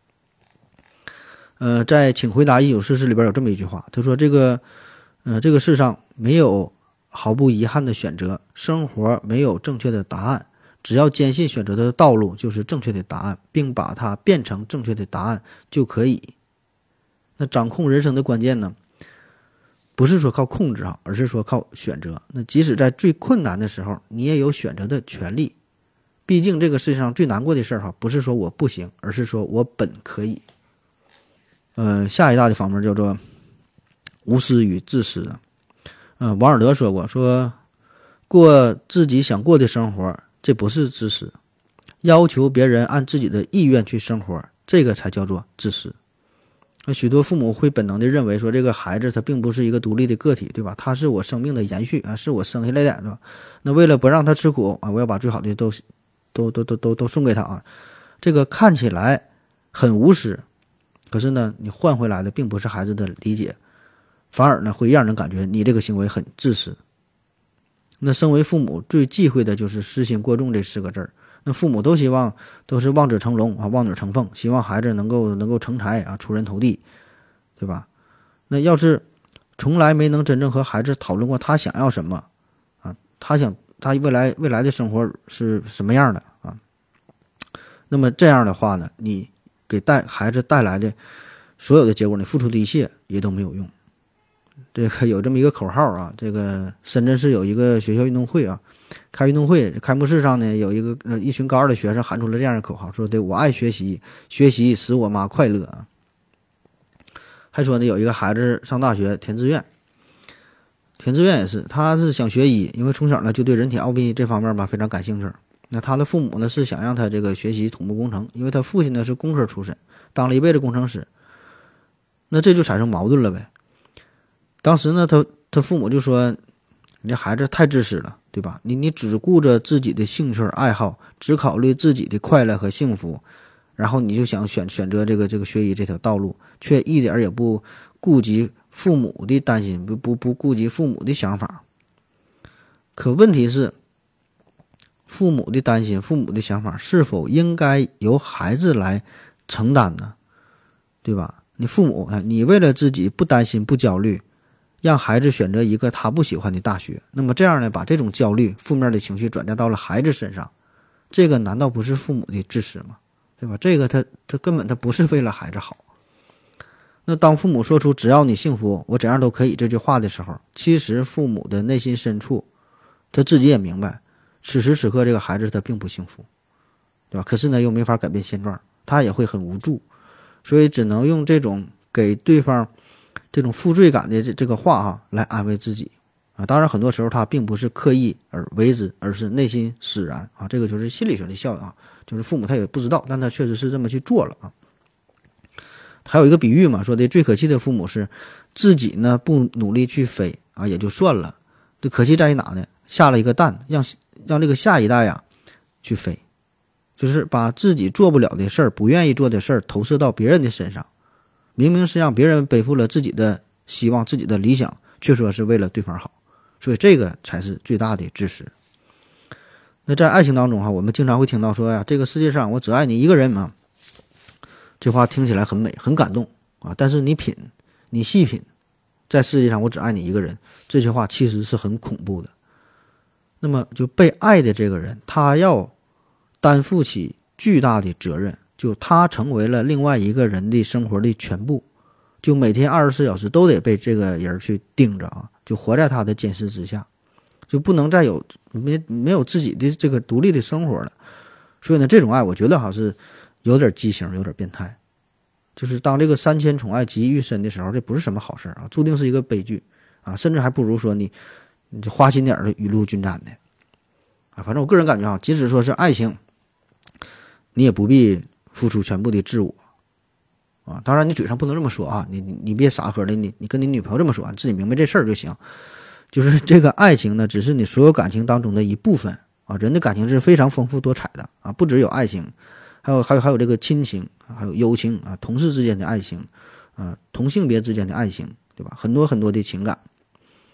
的。在请回答1944里边有这么一句话，他说这个世上没有毫不遗憾的选择，生活没有正确的答案，只要坚信选择的道路就是正确的答案，并把它变成正确的答案就可以。那掌控人生的关键呢，不是说靠控制而是说靠选择。那即使在最困难的时候，你也有选择的权利。毕竟这个世界上最难过的事儿不是说我不行，而是说我本可以。下一大的方面叫做无私与自私。王尔德说过，说过自己想过的生活，这不是自私；要求别人按自己的意愿去生活，这个才叫做自私。许多父母会本能地认为说，这个孩子他并不是一个独立的个体，对吧？他是我生命的延续是我生下来的，对吧？那为了不让他吃苦我要把最好的都送给他这个看起来很无私，可是呢，你换回来的并不是孩子的理解，反而呢会让人感觉你这个行为很自私。那身为父母最忌讳的就是失心过重这4个字儿。那父母都希望都是望子成龙望女成凤，希望孩子能够成才出人头地，对吧？那要是从来没能真正和孩子讨论过他想要什么他未来的生活是什么样的那么这样的话呢，你给孩子带来的所有的结果，你付出的一切也都没有用。这个有这么一个口号这个深圳市有一个学校运动会开运动会开幕式上呢，有一群高二的学生喊出了这样的口号，说的我爱学习，学习使我妈快乐还说呢，有一个孩子上大学填志愿也是，他是想学医，因为从小呢就对人体奥秘这方面非常感兴趣。那他的父母呢是想让他这个学习土木工程，因为他父亲呢是工科出身，当了一辈子工程师。那这就产生矛盾了呗。当时呢他父母就说，你这孩子太自私了，对吧？你只顾着自己的兴趣爱好，只考虑自己的快乐和幸福，然后你就想选择这个学医这条道路，却一点也不顾及父母的担心，不顾及父母的想法。可问题是，父母的担心，父母的想法是否应该由孩子来承担呢？对吧？你父母你为了自己不担心不焦虑，让孩子选择一个他不喜欢的大学，那么这样呢，把这种焦虑负面的情绪转嫁到了孩子身上，这个难道不是父母的自私吗？对吧？这个他根本他不是为了孩子好。那当父母说出只要你幸福我怎样都可以这句话的时候，其实父母的内心深处他自己也明白，此时此刻这个孩子他并不幸福，对吧？可是呢又没法改变现状，他也会很无助，所以只能用这种给对方这种负罪感的这个话来安慰自己当然很多时候他并不是刻意而为之，而是内心使然这个就是心理学的效应就是父母他也不知道，但他确实是这么去做了还有一个比喻嘛，说的最可气的父母是自己呢不努力去飞也就算了，这可气在于哪呢？下了一个蛋，让这个下一代去飞，就是把自己做不了的事儿，不愿意做的事儿投射到别人的身上，明明是让别人背负了自己的希望，自己的理想，却说是为了对方好，所以这个才是最大的自私。那在爱情当中我们经常会听到说这个世界上我只爱你一个人嘛，这话听起来很美很感动但是你细品，在世界上我只爱你一个人，这句话其实是很恐怖的。那么就被爱的这个人，他要担负起巨大的责任，就他成为了另外一个人的生活的全部，就每天24小时都得被这个人去盯着就活在他的监视之下，就不能再没有自己的这个独立的生活了。所以呢，这种爱我觉得是有点畸形，有点变态。就是当这个3000宠爱集于身的时候，这不是什么好事注定是一个悲剧甚至还不如说你就花心点的雨露均沾的反正我个人感觉即使说是爱情，你也不必付出全部的自我当然你嘴上不能这么说你别傻呵的，你跟你女朋友这么说自己明白这事儿就行。就是这个爱情呢，只是你所有感情当中的一部分人的感情是非常丰富多彩的不只有爱情，还有这个亲情还有友情同事之间的爱情同性别之间的爱情，对吧？很多很多的情感。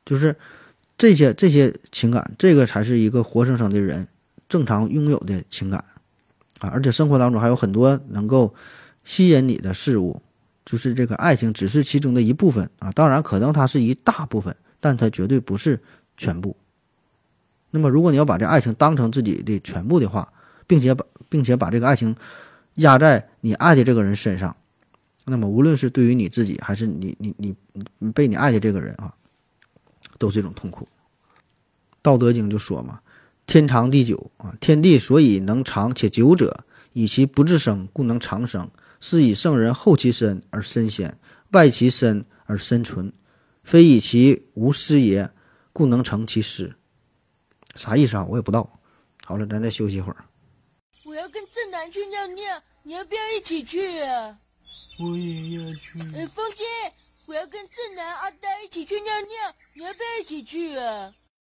就是这些情感，这个才是一个活生生的人正常拥有的情感啊！而且生活当中还有很多能够吸引你的事物，就是这个爱情只是其中的一部分啊，当然可能它是一大部分，但它绝对不是全部。那么如果你要把这爱情当成自己的全部的话，并且把这个爱情压在你爱的这个人身上，那么无论是对于你自己还是你被你爱的这个人啊，都是一种痛苦。道德经就说嘛，天长地久啊，天地所以能长且久者，以其不自生，故能长生。是以圣人后其身而身先，外其身而身存，非以其无私也，故能成其私。啥意思啊？我也不知道。好了，咱再休息一会儿。 我要跟正南去尿尿，你要不要一起去啊？ 我也要去。 风姐，我要跟正南、阿呆一起去尿尿，你要不要一起去啊？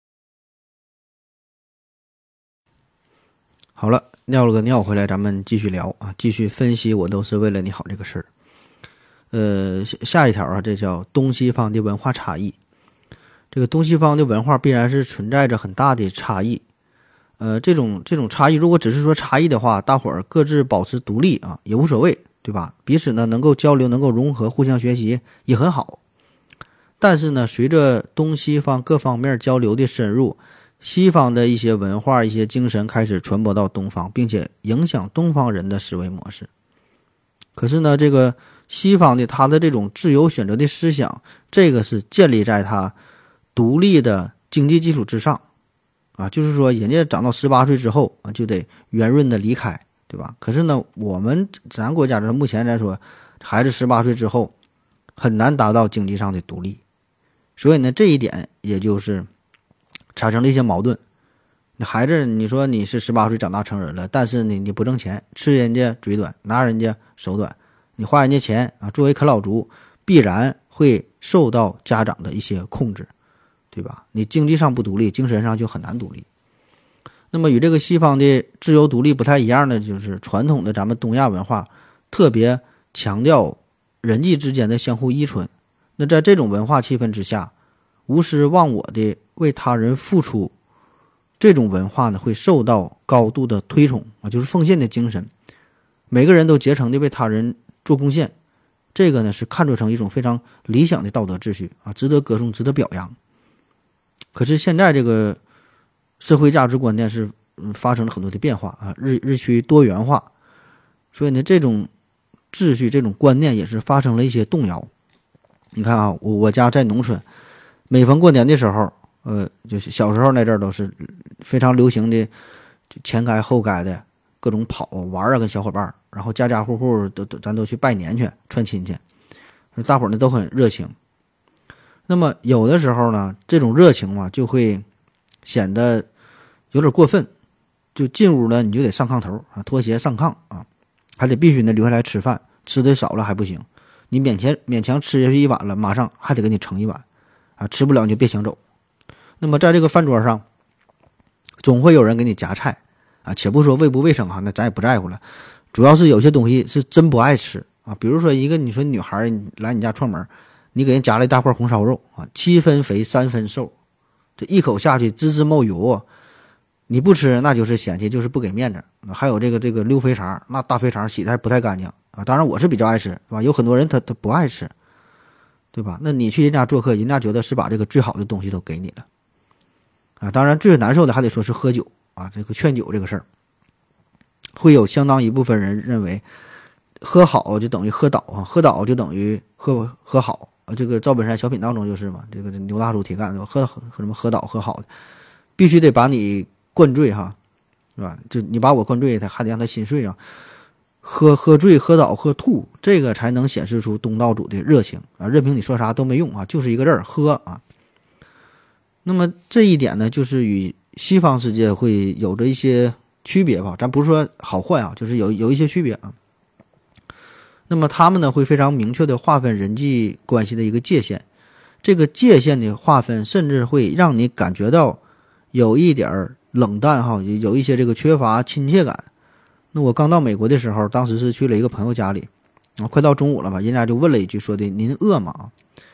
好了，尿了个尿回来，咱们继续聊啊，继续分析我都是为了你好这个事儿。下一条啊，这叫东西方的文化差异。这个东西方的文化必然是存在着很大的差异。这种差异，如果只是说差异的话，大伙儿各自保持独立啊，也无所谓，对吧？彼此呢能够交流，能够融合，互相学习也很好。但是呢，随着东西方各方面交流的深入，西方的一些文化、一些精神开始传播到东方，并且影响东方人的思维模式。可是呢，这个西方的他的这种自由选择的思想，这个是建立在他独立的经济基础之上啊，就是说人家长到18岁之后啊，就得圆润的离开，对吧？可是呢，咱国家目前来说，孩子18岁之后很难达到经济上的独立，所以呢，这一点也就是产生了一些矛盾。那孩子，你说你是18岁长大成人了，但是你不挣钱，吃人家嘴短，拿人家手短，你花人家钱啊，作为啃老族，必然会受到家长的一些控制，对吧？你经济上不独立，精神上就很难独立。那么与这个西方的自由独立不太一样的，就是传统的咱们东亚文化特别强调人际之间的相互依存。那在这种文化气氛之下，无私忘我的为他人付出，这种文化呢会受到高度的推崇啊，就是奉献的精神，每个人都竭诚的为他人做贡献，这个呢是看作成一种非常理想的道德秩序啊，值得歌颂，值得表扬。可是现在这个社会价值观念是发生了很多的变化啊，日趋多元化，所以呢这种秩序这种观念也是发生了一些动摇。你看啊，我家在农村，每逢过年的时候，就是小时候那阵儿都是非常流行的，前街后街的各种跑玩啊，跟小伙伴，然后家家户户咱都去拜年去串亲戚，大伙儿呢都很热情。那么有的时候呢，这种热情嘛就会显得有点过分，就进屋了你就得上炕头啊，脱鞋上炕啊，还得必须呢留下来吃饭，吃的少了还不行，你勉强吃下去一碗了，马上还得给你盛一碗啊，吃不了你就别想走。那么在这个饭桌上，总会有人给你夹菜啊，且不说卫不卫生哈，那咱也不在乎了，主要是有些东西是真不爱吃啊，比如说你说女孩来你家串门，你给人夹了一大块红烧肉啊，7分肥3分瘦，这一口下去滋滋冒油啊，你不吃那就是嫌弃，就是不给面子。还有这个溜肥肠，那大肥肠洗的还不太干净啊，当然我是比较爱吃，对吧？有很多人他不爱吃，对吧？那你去人家做客，人家觉得是把这个最好的东西都给你了啊。当然最难受的还得说是喝酒啊，这个劝酒这个事儿，会有相当一部分人认为喝好就等于喝倒啊，喝倒就等于喝好啊。这个赵本山小品当中就是嘛，这个牛大叔铁杆喝什么喝倒喝好的，必须得把你灌醉哈，是吧？就你把我灌醉，他还得让他心碎啊。喝醉、喝倒、喝吐，这个才能显示出东道主的热情啊！任凭你说啥都没用啊，就是一个字儿喝啊。那么这一点呢，就是与西方世界会有着一些区别吧？咱不是说好坏啊，就是有一些区别啊。那么他们呢，会非常明确的划分人际关系的一个界限，这个界限的划分，甚至会让你感觉到有一点冷淡哈，有一些这个缺乏亲切感。那我刚到美国的时候，当时是去了一个朋友家里，快到中午了吧，人家就问了一句，说的您饿吗？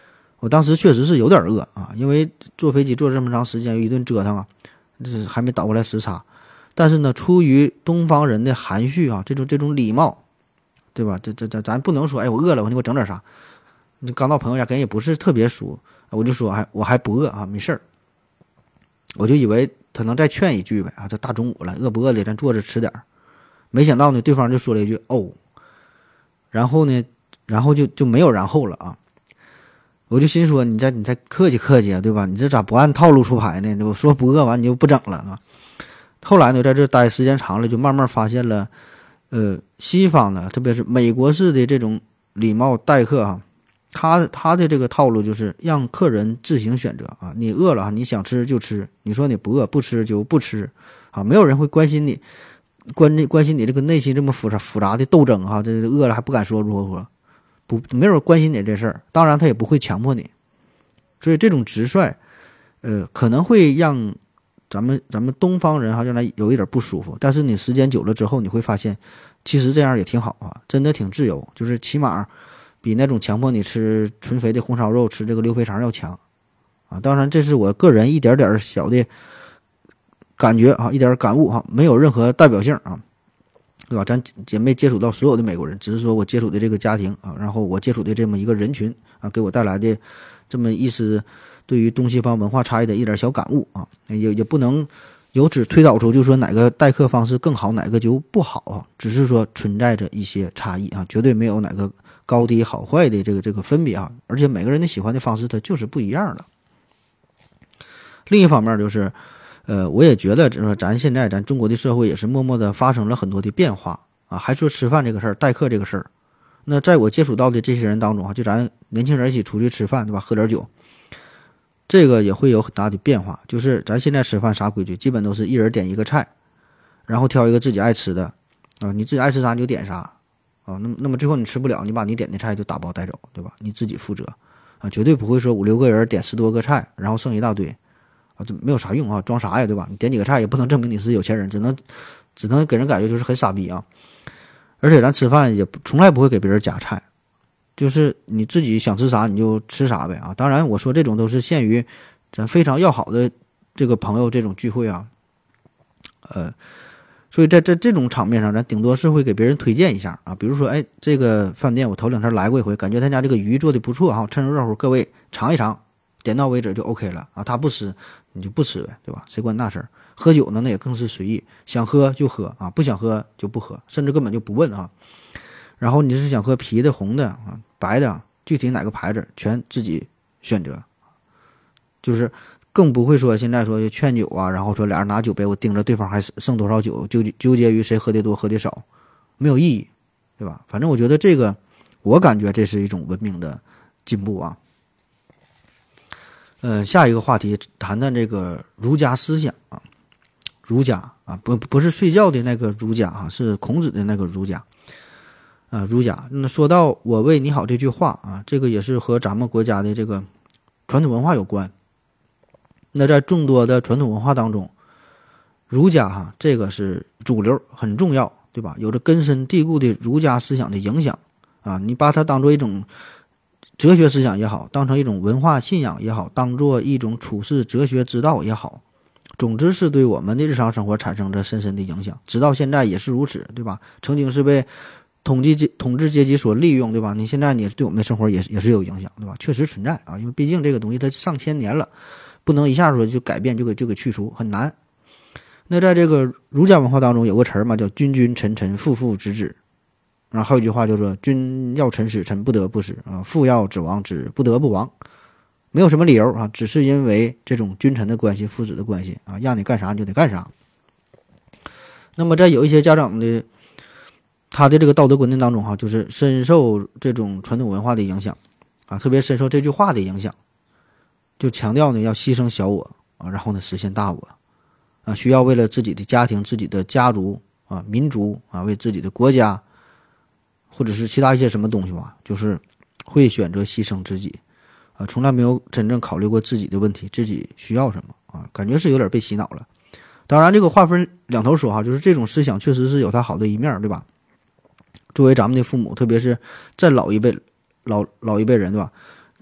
我当时确实是有点饿啊，因为坐飞机坐这么长时间，有一顿折腾啊，这还没倒过来时差。但是呢，出于东方人的含蓄啊，这种礼貌，对吧？咱不能说，哎，我饿了，我给我整点啥。你刚到朋友家，跟人也不是特别熟，我就说，哎，我还不饿啊，没事儿。我就以为他能再劝一句呗啊，这大中午了，饿不饿的，咱坐着吃点儿。没想到呢，对方就说了一句哦，然后就没有然后了啊。我就心说，你再客气客气啊，对吧？你这咋不按套路出牌呢？我说不饿完你就不整了啊。后来呢，在这待时间长了，就慢慢发现了，西方呢，特别是美国式的这种礼貌待客啊，他的这个套路就是让客人自行选择啊，你饿了你想吃就吃，你说你不饿不吃就不吃啊，没有人会关心你这个内心这么复杂的斗争哈，这饿了还不敢说如何，没有人关心你这事儿，当然他也不会强迫你，所以这种直率，可能会让咱们东方人好像有一点不舒服，但是你时间久了之后，你会发现，其实这样也挺好啊，真的挺自由，就是起码比那种强迫你吃纯肥的红烧肉、吃这个溜肥肠要强啊。当然，这是我个人一点点小的感觉啊，一点感悟哈，没有任何代表性啊，对吧？咱姐妹接触到所有的美国人，只是说我接触的这个家庭啊，然后我接触的这么一个人群啊，给我带来的这么一丝对于东西方文化差异的一点小感悟啊，也不能由此推导出就说哪个待客方式更好，哪个就不好啊，只是说存在着一些差异啊，绝对没有哪个高低好坏的这个分别啊，而且每个人的喜欢的方式它就是不一样的。另一方面就是，我也觉得咱现在咱中国的社会也是默默的发生了很多的变化啊，还说吃饭这个事儿，待客这个事儿，那在我接触到的这些人当中啊，就咱年轻人一起出去吃饭，对吧？喝点酒。这个也会有很大的变化，就是咱现在吃饭啥规矩，基本都是一人点一个菜，然后挑一个自己爱吃的啊，你自己爱吃啥你就点啥啊，那么最后你吃不了，你把你点的菜就打包带走，对吧？你自己负责啊，绝对不会说5、6个人点10多个菜，然后剩一大堆啊，这没有啥用啊，装啥呀，对吧？你点几个菜也不能证明你是有钱人，只能给人感觉就是很傻逼啊。而且咱吃饭也从来不会给别人夹菜。就是你自己想吃啥你就吃啥呗啊！当然我说这种都是限于咱非常要好的这个朋友这种聚会啊，所以在这种场面上，咱顶多是会给别人推荐一下啊，比如说哎，这个饭店我头2天来过一回，感觉他家这个鱼做的不错哈，趁热热乎，各位尝一尝，点到为止就 OK 了啊。他不吃你就不吃呗，对吧？谁管那事儿？喝酒呢那也更是随意，想喝就喝啊，不想喝就不喝，甚至根本就不问啊。然后你是想喝啤的、红的啊、白的，具体哪个牌子全自己选择，就是更不会说现在说劝酒啊，然后说俩人拿酒杯，我盯着对方还剩多少酒，纠结于谁喝的多喝的少，没有意义，对吧？反正我觉得这个，我感觉这是一种文明的进步啊。下一个话题谈谈这个儒家思想啊，儒家啊，不是睡觉的那个儒家啊，是孔子的那个儒家。儒家。那说到我为你好这句话啊，这个也是和咱们国家的这个传统文化有关。那在众多的传统文化当中，儒家这个是主流，很重要，对吧？有着根深蒂固的儒家思想的影响啊，你把它当做一种哲学思想也好，当成一种文化信仰也好，当做一种处世哲学之道也好，总之是对我们的日常生活产生着深深的影响，直到现在也是如此，对吧？曾经是被统治阶级所利用，对吧？你现在你对我们的生活也是有影响，对吧？确实存在啊，因为毕竟这个东西它上千年了，不能一下说就改变就给去除，很难。那在这个儒家文化当中有个词儿嘛，叫君君臣臣父父子子，然后还有一句话叫做君要臣死，臣不得不死啊；父要子亡，子不得不亡。没有什么理由啊，只是因为这种君臣的关系、父子的关系啊，让你干啥你就得干啥。那么在有一些家长的他的这个道德观念当中就是深受这种传统文化的影响啊，特别深受这句话的影响，就强调呢要牺牲小我啊，然后呢实现大我啊，需要为了自己的家庭、自己的家族啊、民族啊，为自己的国家或者是其他一些什么东西吧，就是会选择牺牲自己啊，从来没有真正考虑过自己的问题，自己需要什么啊，感觉是有点被洗脑了。当然这个话分两头说就是这种思想确实是有它好的一面，对吧？作为咱们的父母，特别是在老一辈人，对吧？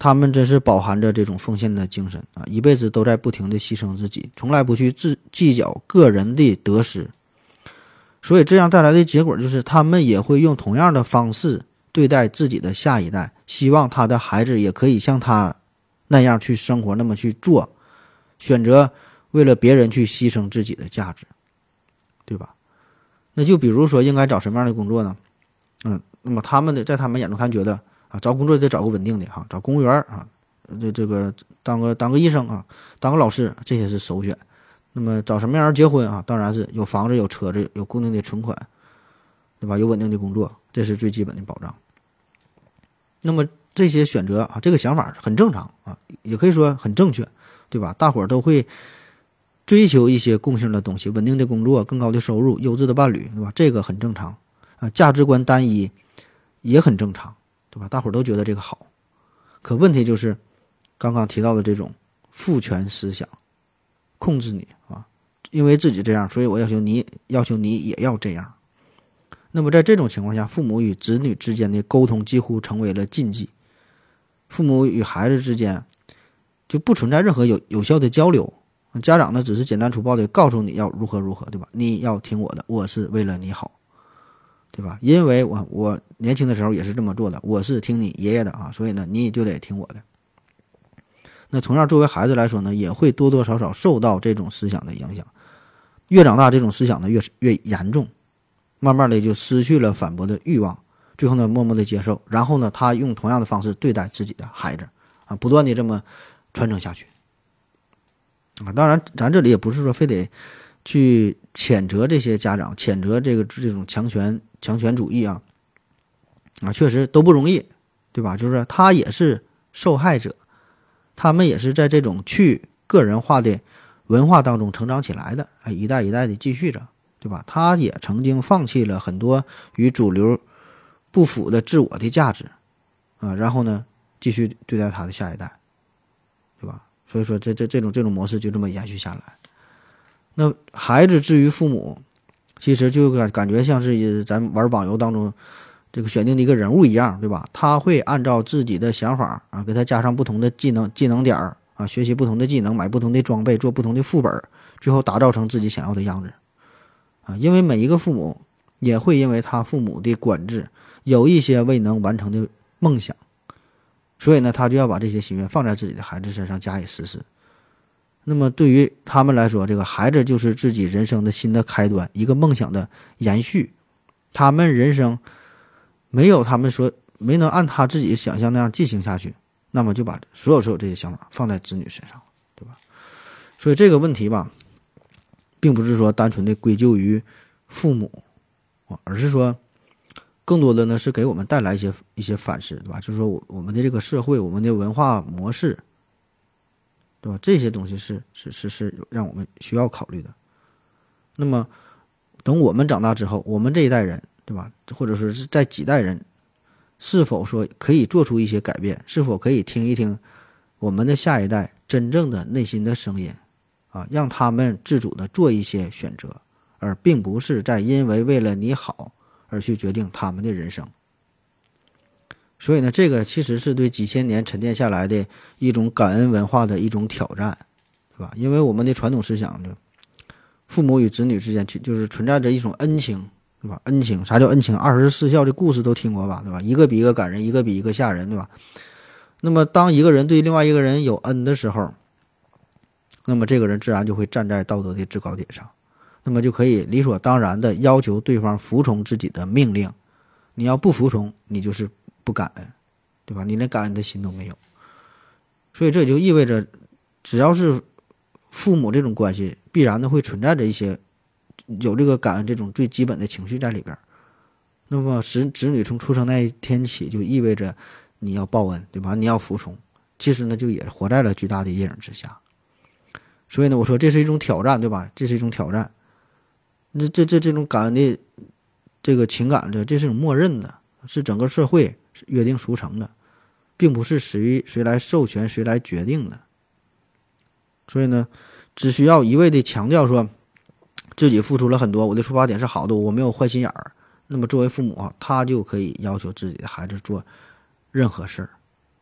他们真是饱含着这种奉献的精神啊，一辈子都在不停的牺牲自己，从来不去计较个人的得失。所以这样带来的结果就是，他们也会用同样的方式对待自己的下一代，希望他的孩子也可以像他那样去生活，那么去做，选择为了别人去牺牲自己的价值，对吧？那就比如说应该找什么样的工作呢？那么在他们眼中看觉得啊，找工作得找个稳定的哈，找公务员啊，这个当个医生啊，当个老师，这些是首选。那么找什么样人结婚啊？当然是有房子、有车子、有固定的存款，对吧？有稳定的工作，这是最基本的保障。那么这些选择啊，这个想法很正常啊，也可以说很正确，对吧？大伙儿都会追求一些共性的东西，稳定的工作、更高的收入、优质的伴侣，对吧？这个很正常啊。价值观单一也很正常，对吧？大伙儿都觉得这个好。可问题就是刚刚提到的这种父权思想控制你啊，因为自己这样，所以我要求你也要这样。那么在这种情况下，父母与子女之间的沟通几乎成为了禁忌，父母与孩子之间就不存在任何有效的交流。家长呢，只是简单粗暴的告诉你要如何如何，对吧？你要听我的，我是为了你好，对吧？因为我年轻的时候也是这么做的，我是听你爷爷的啊，所以呢，你就得听我的。那同样，作为孩子来说呢，也会多多少少受到这种思想的影响。越长大，这种思想呢越严重，慢慢的就失去了反驳的欲望，最后呢，默默的接受，然后呢，他用同样的方式对待自己的孩子啊，不断的这么传承下去啊。当然，咱这里也不是说非得去谴责这些家长，谴责这种强权主义啊，确实都不容易，对吧？就是他也是受害者。他们也是在这种去个人化的文化当中成长起来的，一代一代的继续着，对吧？他也曾经放弃了很多与主流不符的自我的价值啊，然后呢，继续对待他的下一代，对吧？所以说这种模式就这么延续下来。那孩子至于父母，其实就感觉像是咱玩网游当中这个选定的一个人物一样，对吧？他会按照自己的想法啊，给他加上不同的技能点啊，学习不同的技能，买不同的装备，做不同的副本，最后打造成自己想要的样子啊。因为每一个父母也会因为他父母的管制，有一些未能完成的梦想，所以呢，他就要把这些心愿放在自己的孩子身上加以实施。那么对于他们来说，这个孩子就是自己人生的新的开端，一个梦想的延续。他们人生没能按他自己想象那样进行下去，那么就把所有这些想法放在子女身上，对吧？所以这个问题吧，并不是说单纯的归咎于父母，而是说更多的呢是给我们带来一些反思，对吧？就是说我们的这个社会，我们的文化模式，对吧？这些东西是让我们需要考虑的。那么等我们长大之后，我们这一代人，对吧？或者说是在几代人，是否说可以做出一些改变？是否可以听一听我们的下一代真正的内心的声音啊，让他们自主的做一些选择，而并不是在因为了你好而去决定他们的人生。所以呢，这个其实是对几千年沉淀下来的一种感恩文化的一种挑战，对吧？因为我们的传统思想呢，父母与子女之间就是存在着一种恩情，对吧？恩情，啥叫恩情？24孝的故事都听过吧，对吧？一个比一个感人，一个比一个吓人，对吧？那么当一个人对另外一个人有恩的时候，那么这个人自然就会站在道德的制高点上，那么就可以理所当然的要求对方服从自己的命令。你要不服从，你就是不感恩，对吧？你连感恩的心都没有。所以这也就意味着，只要是父母这种关系，必然的会存在着一些有这个感恩这种最基本的情绪在里边。那么子女从出生那一天起，就意味着你要报恩，对吧？你要服从。其实呢，就也活在了巨大的阴影之下。所以呢，我说这是一种挑战，对吧？这是一种挑战。这种感恩的这个情感的，这是一种默认的，是整个社会约定俗成的，并不是谁来授权谁来决定的。所以呢，只需要一味的强调说自己付出了很多，我的出发点是好的，我没有坏心眼儿，那么作为父母啊，他就可以要求自己的孩子做任何事儿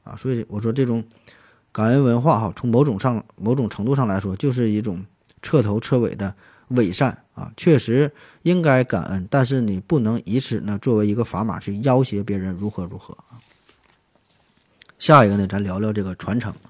啊。所以我说这种感恩文化哈，从某种程度上来说，就是一种彻头彻尾的伪善啊。确实应该感恩，但是你不能以此呢作为一个砝码去要挟别人如何啊。下一个呢，咱聊聊这个传承。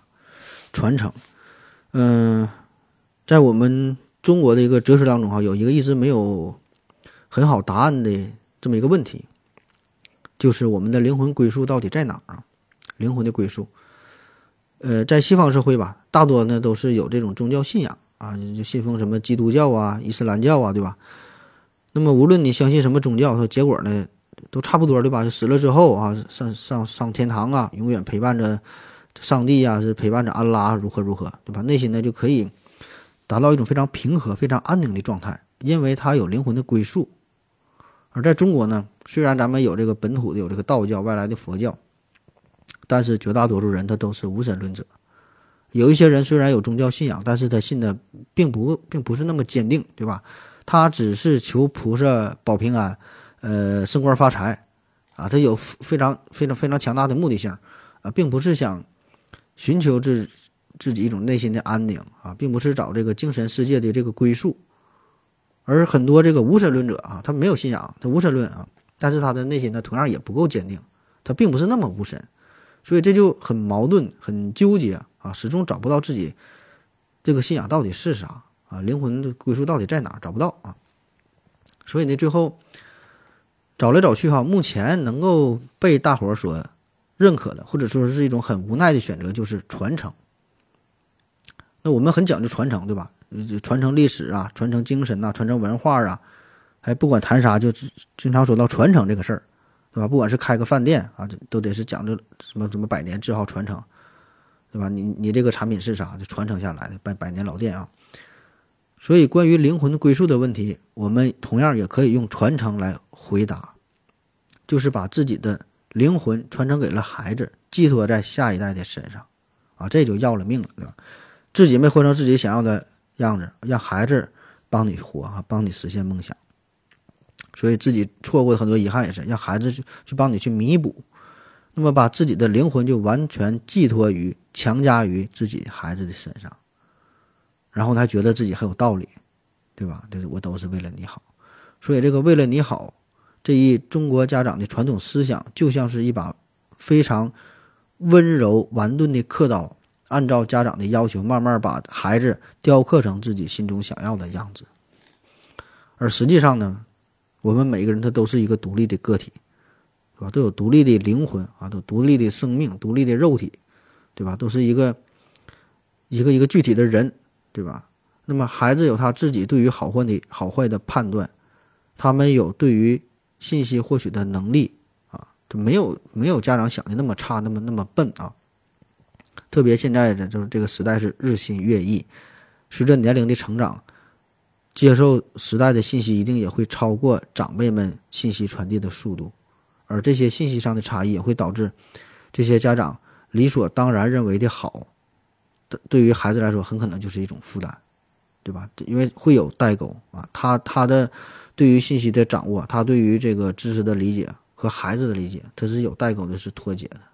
在我们中国的一个哲学当中哈，有一个一直没有很好答案的这么一个问题，就是我们的灵魂归宿到底在哪儿啊？灵魂的归宿，在西方社会吧，大多呢都是有这种宗教信仰啊，就信奉什么基督教啊、伊斯兰教啊，对吧？那么无论你相信什么宗教，它结果呢都差不多，对吧？死了之后啊，上天堂啊，永远陪伴着上帝啊，是陪伴着安拉如何，对吧？内心呢就可以达到一种非常平和、非常安宁的状态，因为它有灵魂的归宿。而在中国呢，虽然咱们有这个本土的有这个道教、外来的佛教，但是绝大多数人他都是无神论者。有一些人虽然有宗教信仰，但是他信的并不是那么坚定，对吧？他只是求菩萨保平安，升官发财啊，他有非常强大的目的性啊，并不是想寻求自己一种内心的安宁啊，并不是找这个精神世界的这个归宿。而很多这个无神论者啊，他没有信仰，他无神论啊，但是他的内心呢同样也不够坚定，他并不是那么无神，所以这就很矛盾、很纠结啊，始终找不到自己这个信仰到底是啥啊，灵魂的归宿到底在哪儿，找不到啊。所以呢，最后找来找去哈，目前能够被大伙儿所认可的，或者说是一种很无奈的选择，就是传承。那我们很讲究传承，对吧？传承历史啊，传承精神啊，传承文化啊，还不管谈啥，就经常说到传承这个事儿，对吧？不管是开个饭店啊，都得是讲究什么百年字号传承，对吧？你这个产品是啥，就传承下来的百年老店啊。所以关于灵魂归宿的问题，我们同样也可以用传承来回答，就是把自己的灵魂传承给了孩子，寄托在下一代的身上啊，这就要了命了，对吧？自己没活成自己想要的样子，让孩子帮你活啊，帮你实现梦想。所以自己错过的很多遗憾也是让孩子去帮你去弥补。那么把自己的灵魂就完全寄托于、强加于自己孩子的身上，然后他觉得自己很有道理，对吧？这我都是为了你好。所以这个为了你好这一中国家长的传统思想，就像是一把非常温柔婉顿的刻刀，按照家长的要求，慢慢把孩子雕刻成自己心中想要的样子。而实际上呢，我们每个人他都是一个独立的个体，对吧？都有独立的灵魂啊，都独立的生命、独立的肉体，对吧？都是一个具体的人，对吧？那么孩子有他自己对于好坏的判断，他们有对于信息获取的能力啊，就没有家长想的那么差，那么笨啊。特别现在的就是这个时代是日新月异，随着年龄的成长，接受时代的信息一定也会超过长辈们信息传递的速度，而这些信息上的差异也会导致这些家长理所当然认为的好，对于孩子来说很可能就是一种负担，对吧？因为会有代沟啊，他的对于信息的掌握，他对于这个知识的理解和孩子的理解，他是有代沟的，是脱节的。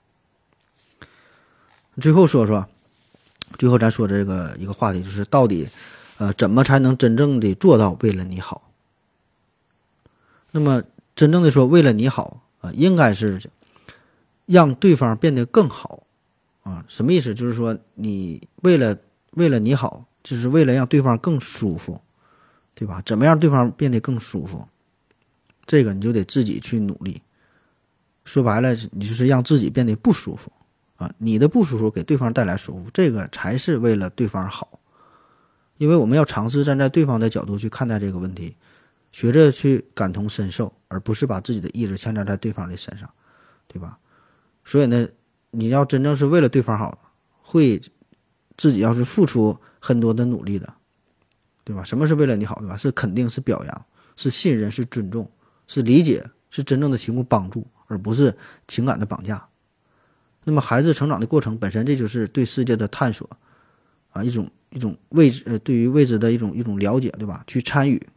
最后咱说这个一个话题，就是到底怎么才能真正的做到为了你好？那么真正的说为了你好应该是让对方变得更好啊。什么意思？就是说你为了你好，就是为了让对方更舒服，对吧？怎么样对方变得更舒服？这个你就得自己去努力。说白了，你就是让自己变得不舒服啊，你的不舒服给对方带来舒服，这个才是为了对方好。因为我们要尝试站在对方的角度去看待这个问题，学着去感同身受，而不是把自己的意志强加在对方的身上，对吧？所以呢，你要真正是为了对方好，会自己要是付出很多的努力的，对吧？什么是为了你好，对吧？是肯定，是表扬，是信任，是尊重，是理解，是真正的提供帮助，而不是情感的绑架。那么孩子成长的过程本身，这就是对世界的探索啊，一种未知对于未知的一种了解，对吧？去参与，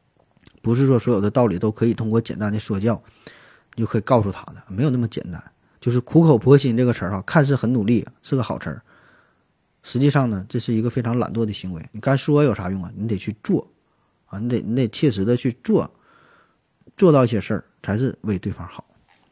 不是说所有的道理都可以通过简单的说教你就可以告诉他的，没有那么简单。 就是苦口婆心这个词儿看似很努力，是个好词儿，实际上呢，这是一个非常懒惰的行为。你干说有啥用啊？你得去做啊，你得切实的去做，做到一些事儿才是为对方好。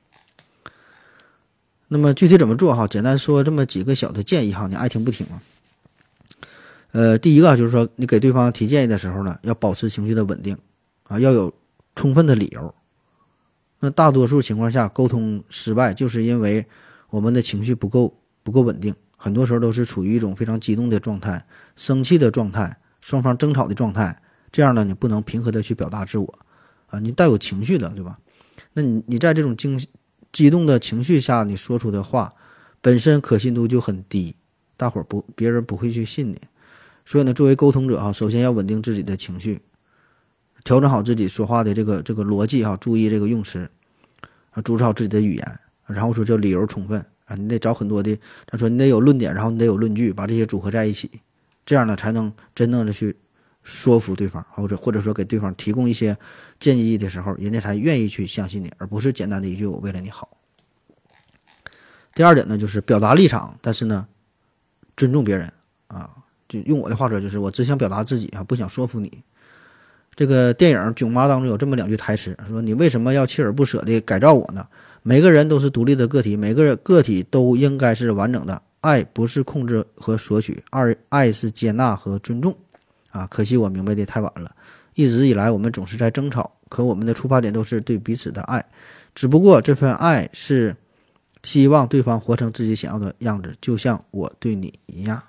那么具体怎么做简单说这么几个小的建议你爱听不听啊？第一个就是说，你给对方提建议的时候呢，要保持情绪的稳定啊，要有充分的理由。那大多数情况下，沟通失败就是因为我们的情绪不够稳定，很多时候都是处于一种非常激动的状态、生气的状态、双方争吵的状态，这样呢，你不能平和的去表达自我啊，你带有情绪的，对吧？那你在这种激动的情绪下，你说出的话本身可信度就很低，别人不会去信你。所以呢，作为沟通者首先要稳定自己的情绪，调整好自己说话的这个逻辑注意这个用词组织好自己的语言，然后说这理由充分啊，你得找很多的，他说你得有论点，然后你得有论据，把这些组合在一起，这样呢才能真正的去说服对方，或者说给对方提供一些建议的时候，人家才愿意去相信你，而不是简单的一句我为了你好。第二点呢，就是表达立场，但是呢尊重别人啊，就用我的话说，就是我只想表达自己不想说服你。这个电影《囧妈》当中有这么两句台词，说你为什么要锲而不舍地改造我呢？每个人都是独立的个体，每个个体都应该是完整的。爱不是控制和索取，爱是接纳和尊重啊！可惜我明白的太晚了，一直以来我们总是在争吵，可我们的出发点都是对彼此的爱，只不过这份爱是希望对方活成自己想要的样子，就像我对你一样。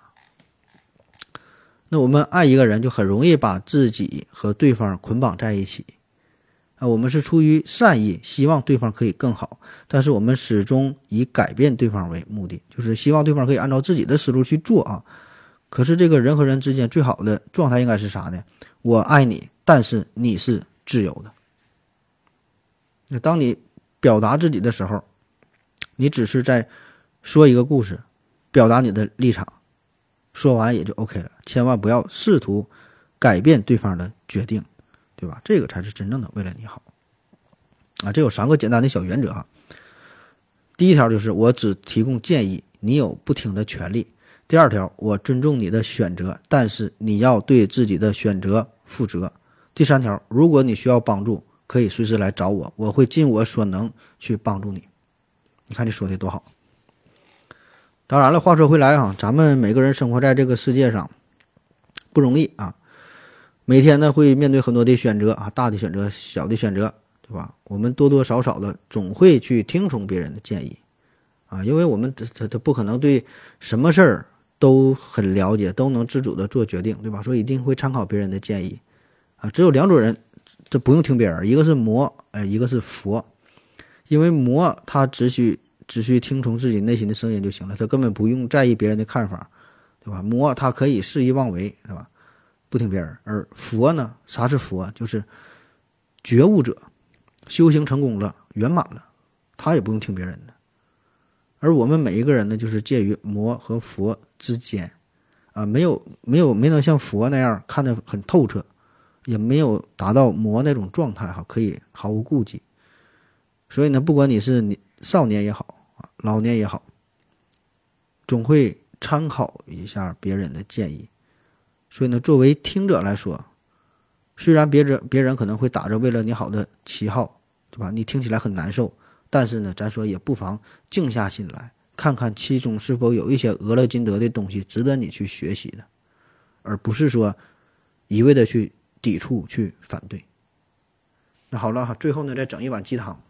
那我们爱一个人就很容易把自己和对方捆绑在一起我们是出于善意，希望对方可以更好，但是我们始终以改变对方为目的，就是希望对方可以按照自己的思路去做可是这个人和人之间最好的状态应该是啥呢？我爱你，但是你是自由的。那当你表达自己的时候，你只是在说一个故事，表达你的立场，说完也就 OK 了，千万不要试图改变对方的决定，对吧？这个才是真正的为了你好这有3个简单的小原则第一条就是我只提供建议，你有不听的权利。第二条，我尊重你的选择，但是你要对自己的选择负责。第三条，如果你需要帮助，可以随时来找我，我会尽我所能去帮助你。你看你说的多好。当然了，话说回来咱们每个人生活在这个世界上不容易每天呢会面对很多的选择大的选择，小的选择，对吧？我们多多少少的总会去听从别人的建议因为我们他不可能对什么事儿都很了解，都能自主的做决定，对吧？所以一定会参考别人的建议只有2种人，这不用听别人，一个是魔一个是佛。因为魔他只需听从自己内心的声音就行了，他根本不用在意别人的看法，对吧？魔他可以肆意妄为，对吧？不听别人。而佛呢，啥是佛？就是觉悟者，修行成功了，圆满了，他也不用听别人的。而我们每一个人呢，就是介于魔和佛之间没能像佛那样看得很透彻，也没有达到魔那种状态可以毫无顾忌。所以呢，不管你是少年也好老年也好，总会参考一下别人的建议。所以呢，作为听者来说，虽然别人可能会打着为了你好的旗号，对吧？你听起来很难受，但是呢，咱说也不妨静下心来，看看其中是否有一些俄勒金德的东西值得你去学习的，而不是说一味的去抵触去反对。那好了最后呢，再整一碗鸡汤。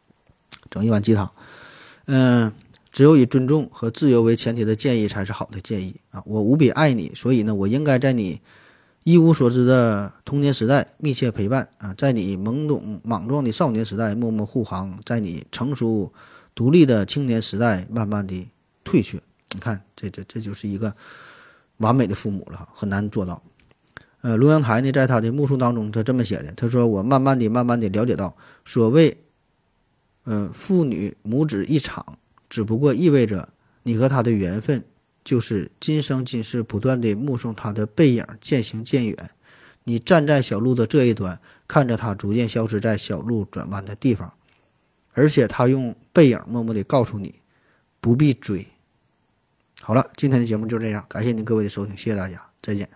只有以尊重和自由为前提的建议才是好的建议我无比爱你，所以呢，我应该在你一无所知的童年时代密切陪伴在你懵懂莽撞的少年时代默默护航，在你成熟独立的青年时代慢慢的退却。你看这就是一个完美的父母了，很难做到。龙应台呢，在他的目述当中他这么写的，他说我慢慢的了解到，所谓父女母子一场，只不过意味着你和他的缘分就是今生今世不断地目送他的背影渐行渐远，你站在小路的这一端，看着他逐渐消失在小路转弯的地方，而且他用背影默默地告诉你， 不必追。好了，今天的节目就这样，感谢您各位的收听，谢谢大家，再见。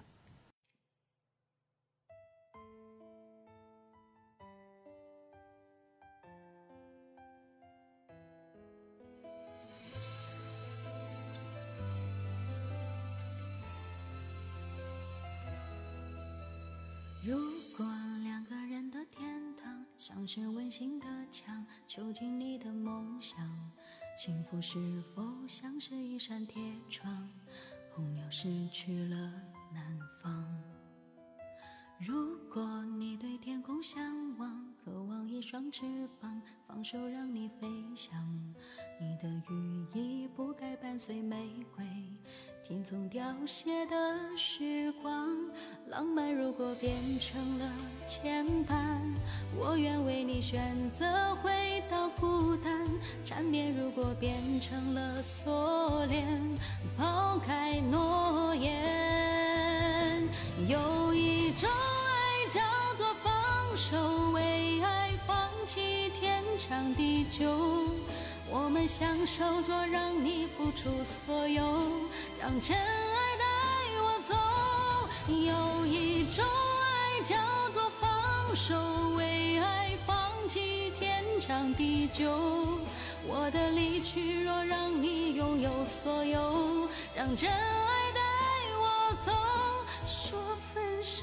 如果两个人的天堂像是温馨的墙，囚禁你的梦想，幸福是否像是一扇铁窗，候鸟失去了南方。如果你对天空向往，渴望一双翅膀，放手让你飞翔，你的羽翼不该伴随玫瑰，听从凋谢的时光。浪漫如果变成了牵绊，我愿为你选择回到孤单。缠绵如果变成了锁链，抛开诺言。有一种爱叫做放手，为爱放弃天长地久。我们相守着，让你付出所有，让真爱带我走。有一种爱叫做放手，为爱放弃天长地久。我的离去若让你拥有所有，让真爱带我走，说分手。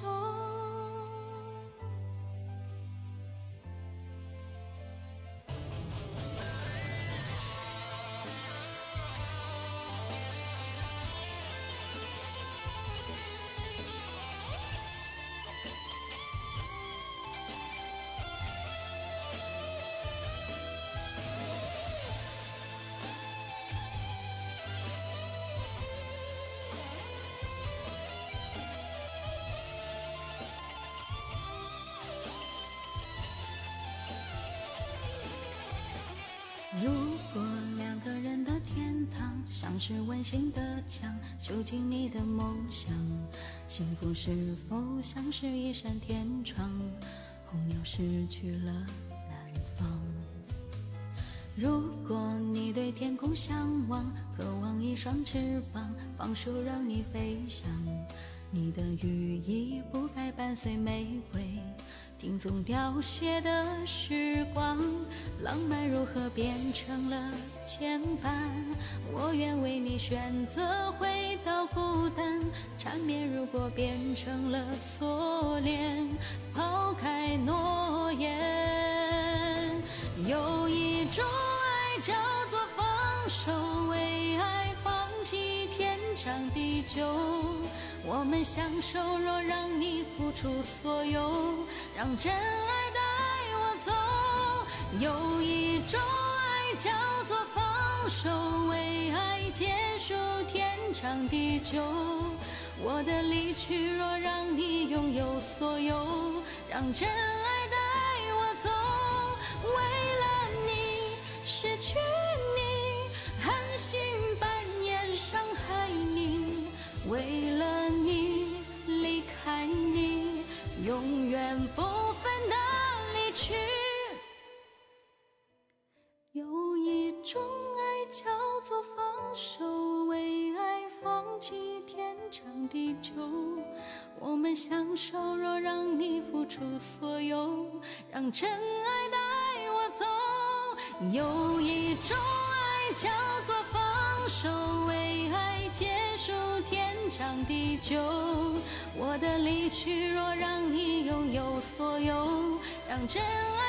如果两个人的天堂像是温馨的墙，囚禁你的梦想，幸福是否像是一扇天窗，候鸟失去了南方。如果你对天空向往，渴望一双翅膀，放手让你飞翔，你的羽翼不该伴随玫瑰，听从凋谢的时光。浪漫如何变成了牵绊，我愿为你选择回到孤单。缠绵如果变成了锁链，抛开诺言。有一种爱叫做放手，为爱放弃天长地久。我们相守，若让你付出所有，让真爱带我走。有一种爱叫做放手，为爱结束天长地久。我的离去若让你拥有所有，让真爱带我走。为了你失去你，狠心扮演伤害你，为了你离开你，永远不分的离去。有一种爱叫做放手，为爱放弃天长地久。我们相守，若让你付出所有，让真爱带我走。有一种爱叫做放手，为爱结束天长地久。我的离去若让你拥有所有，让真爱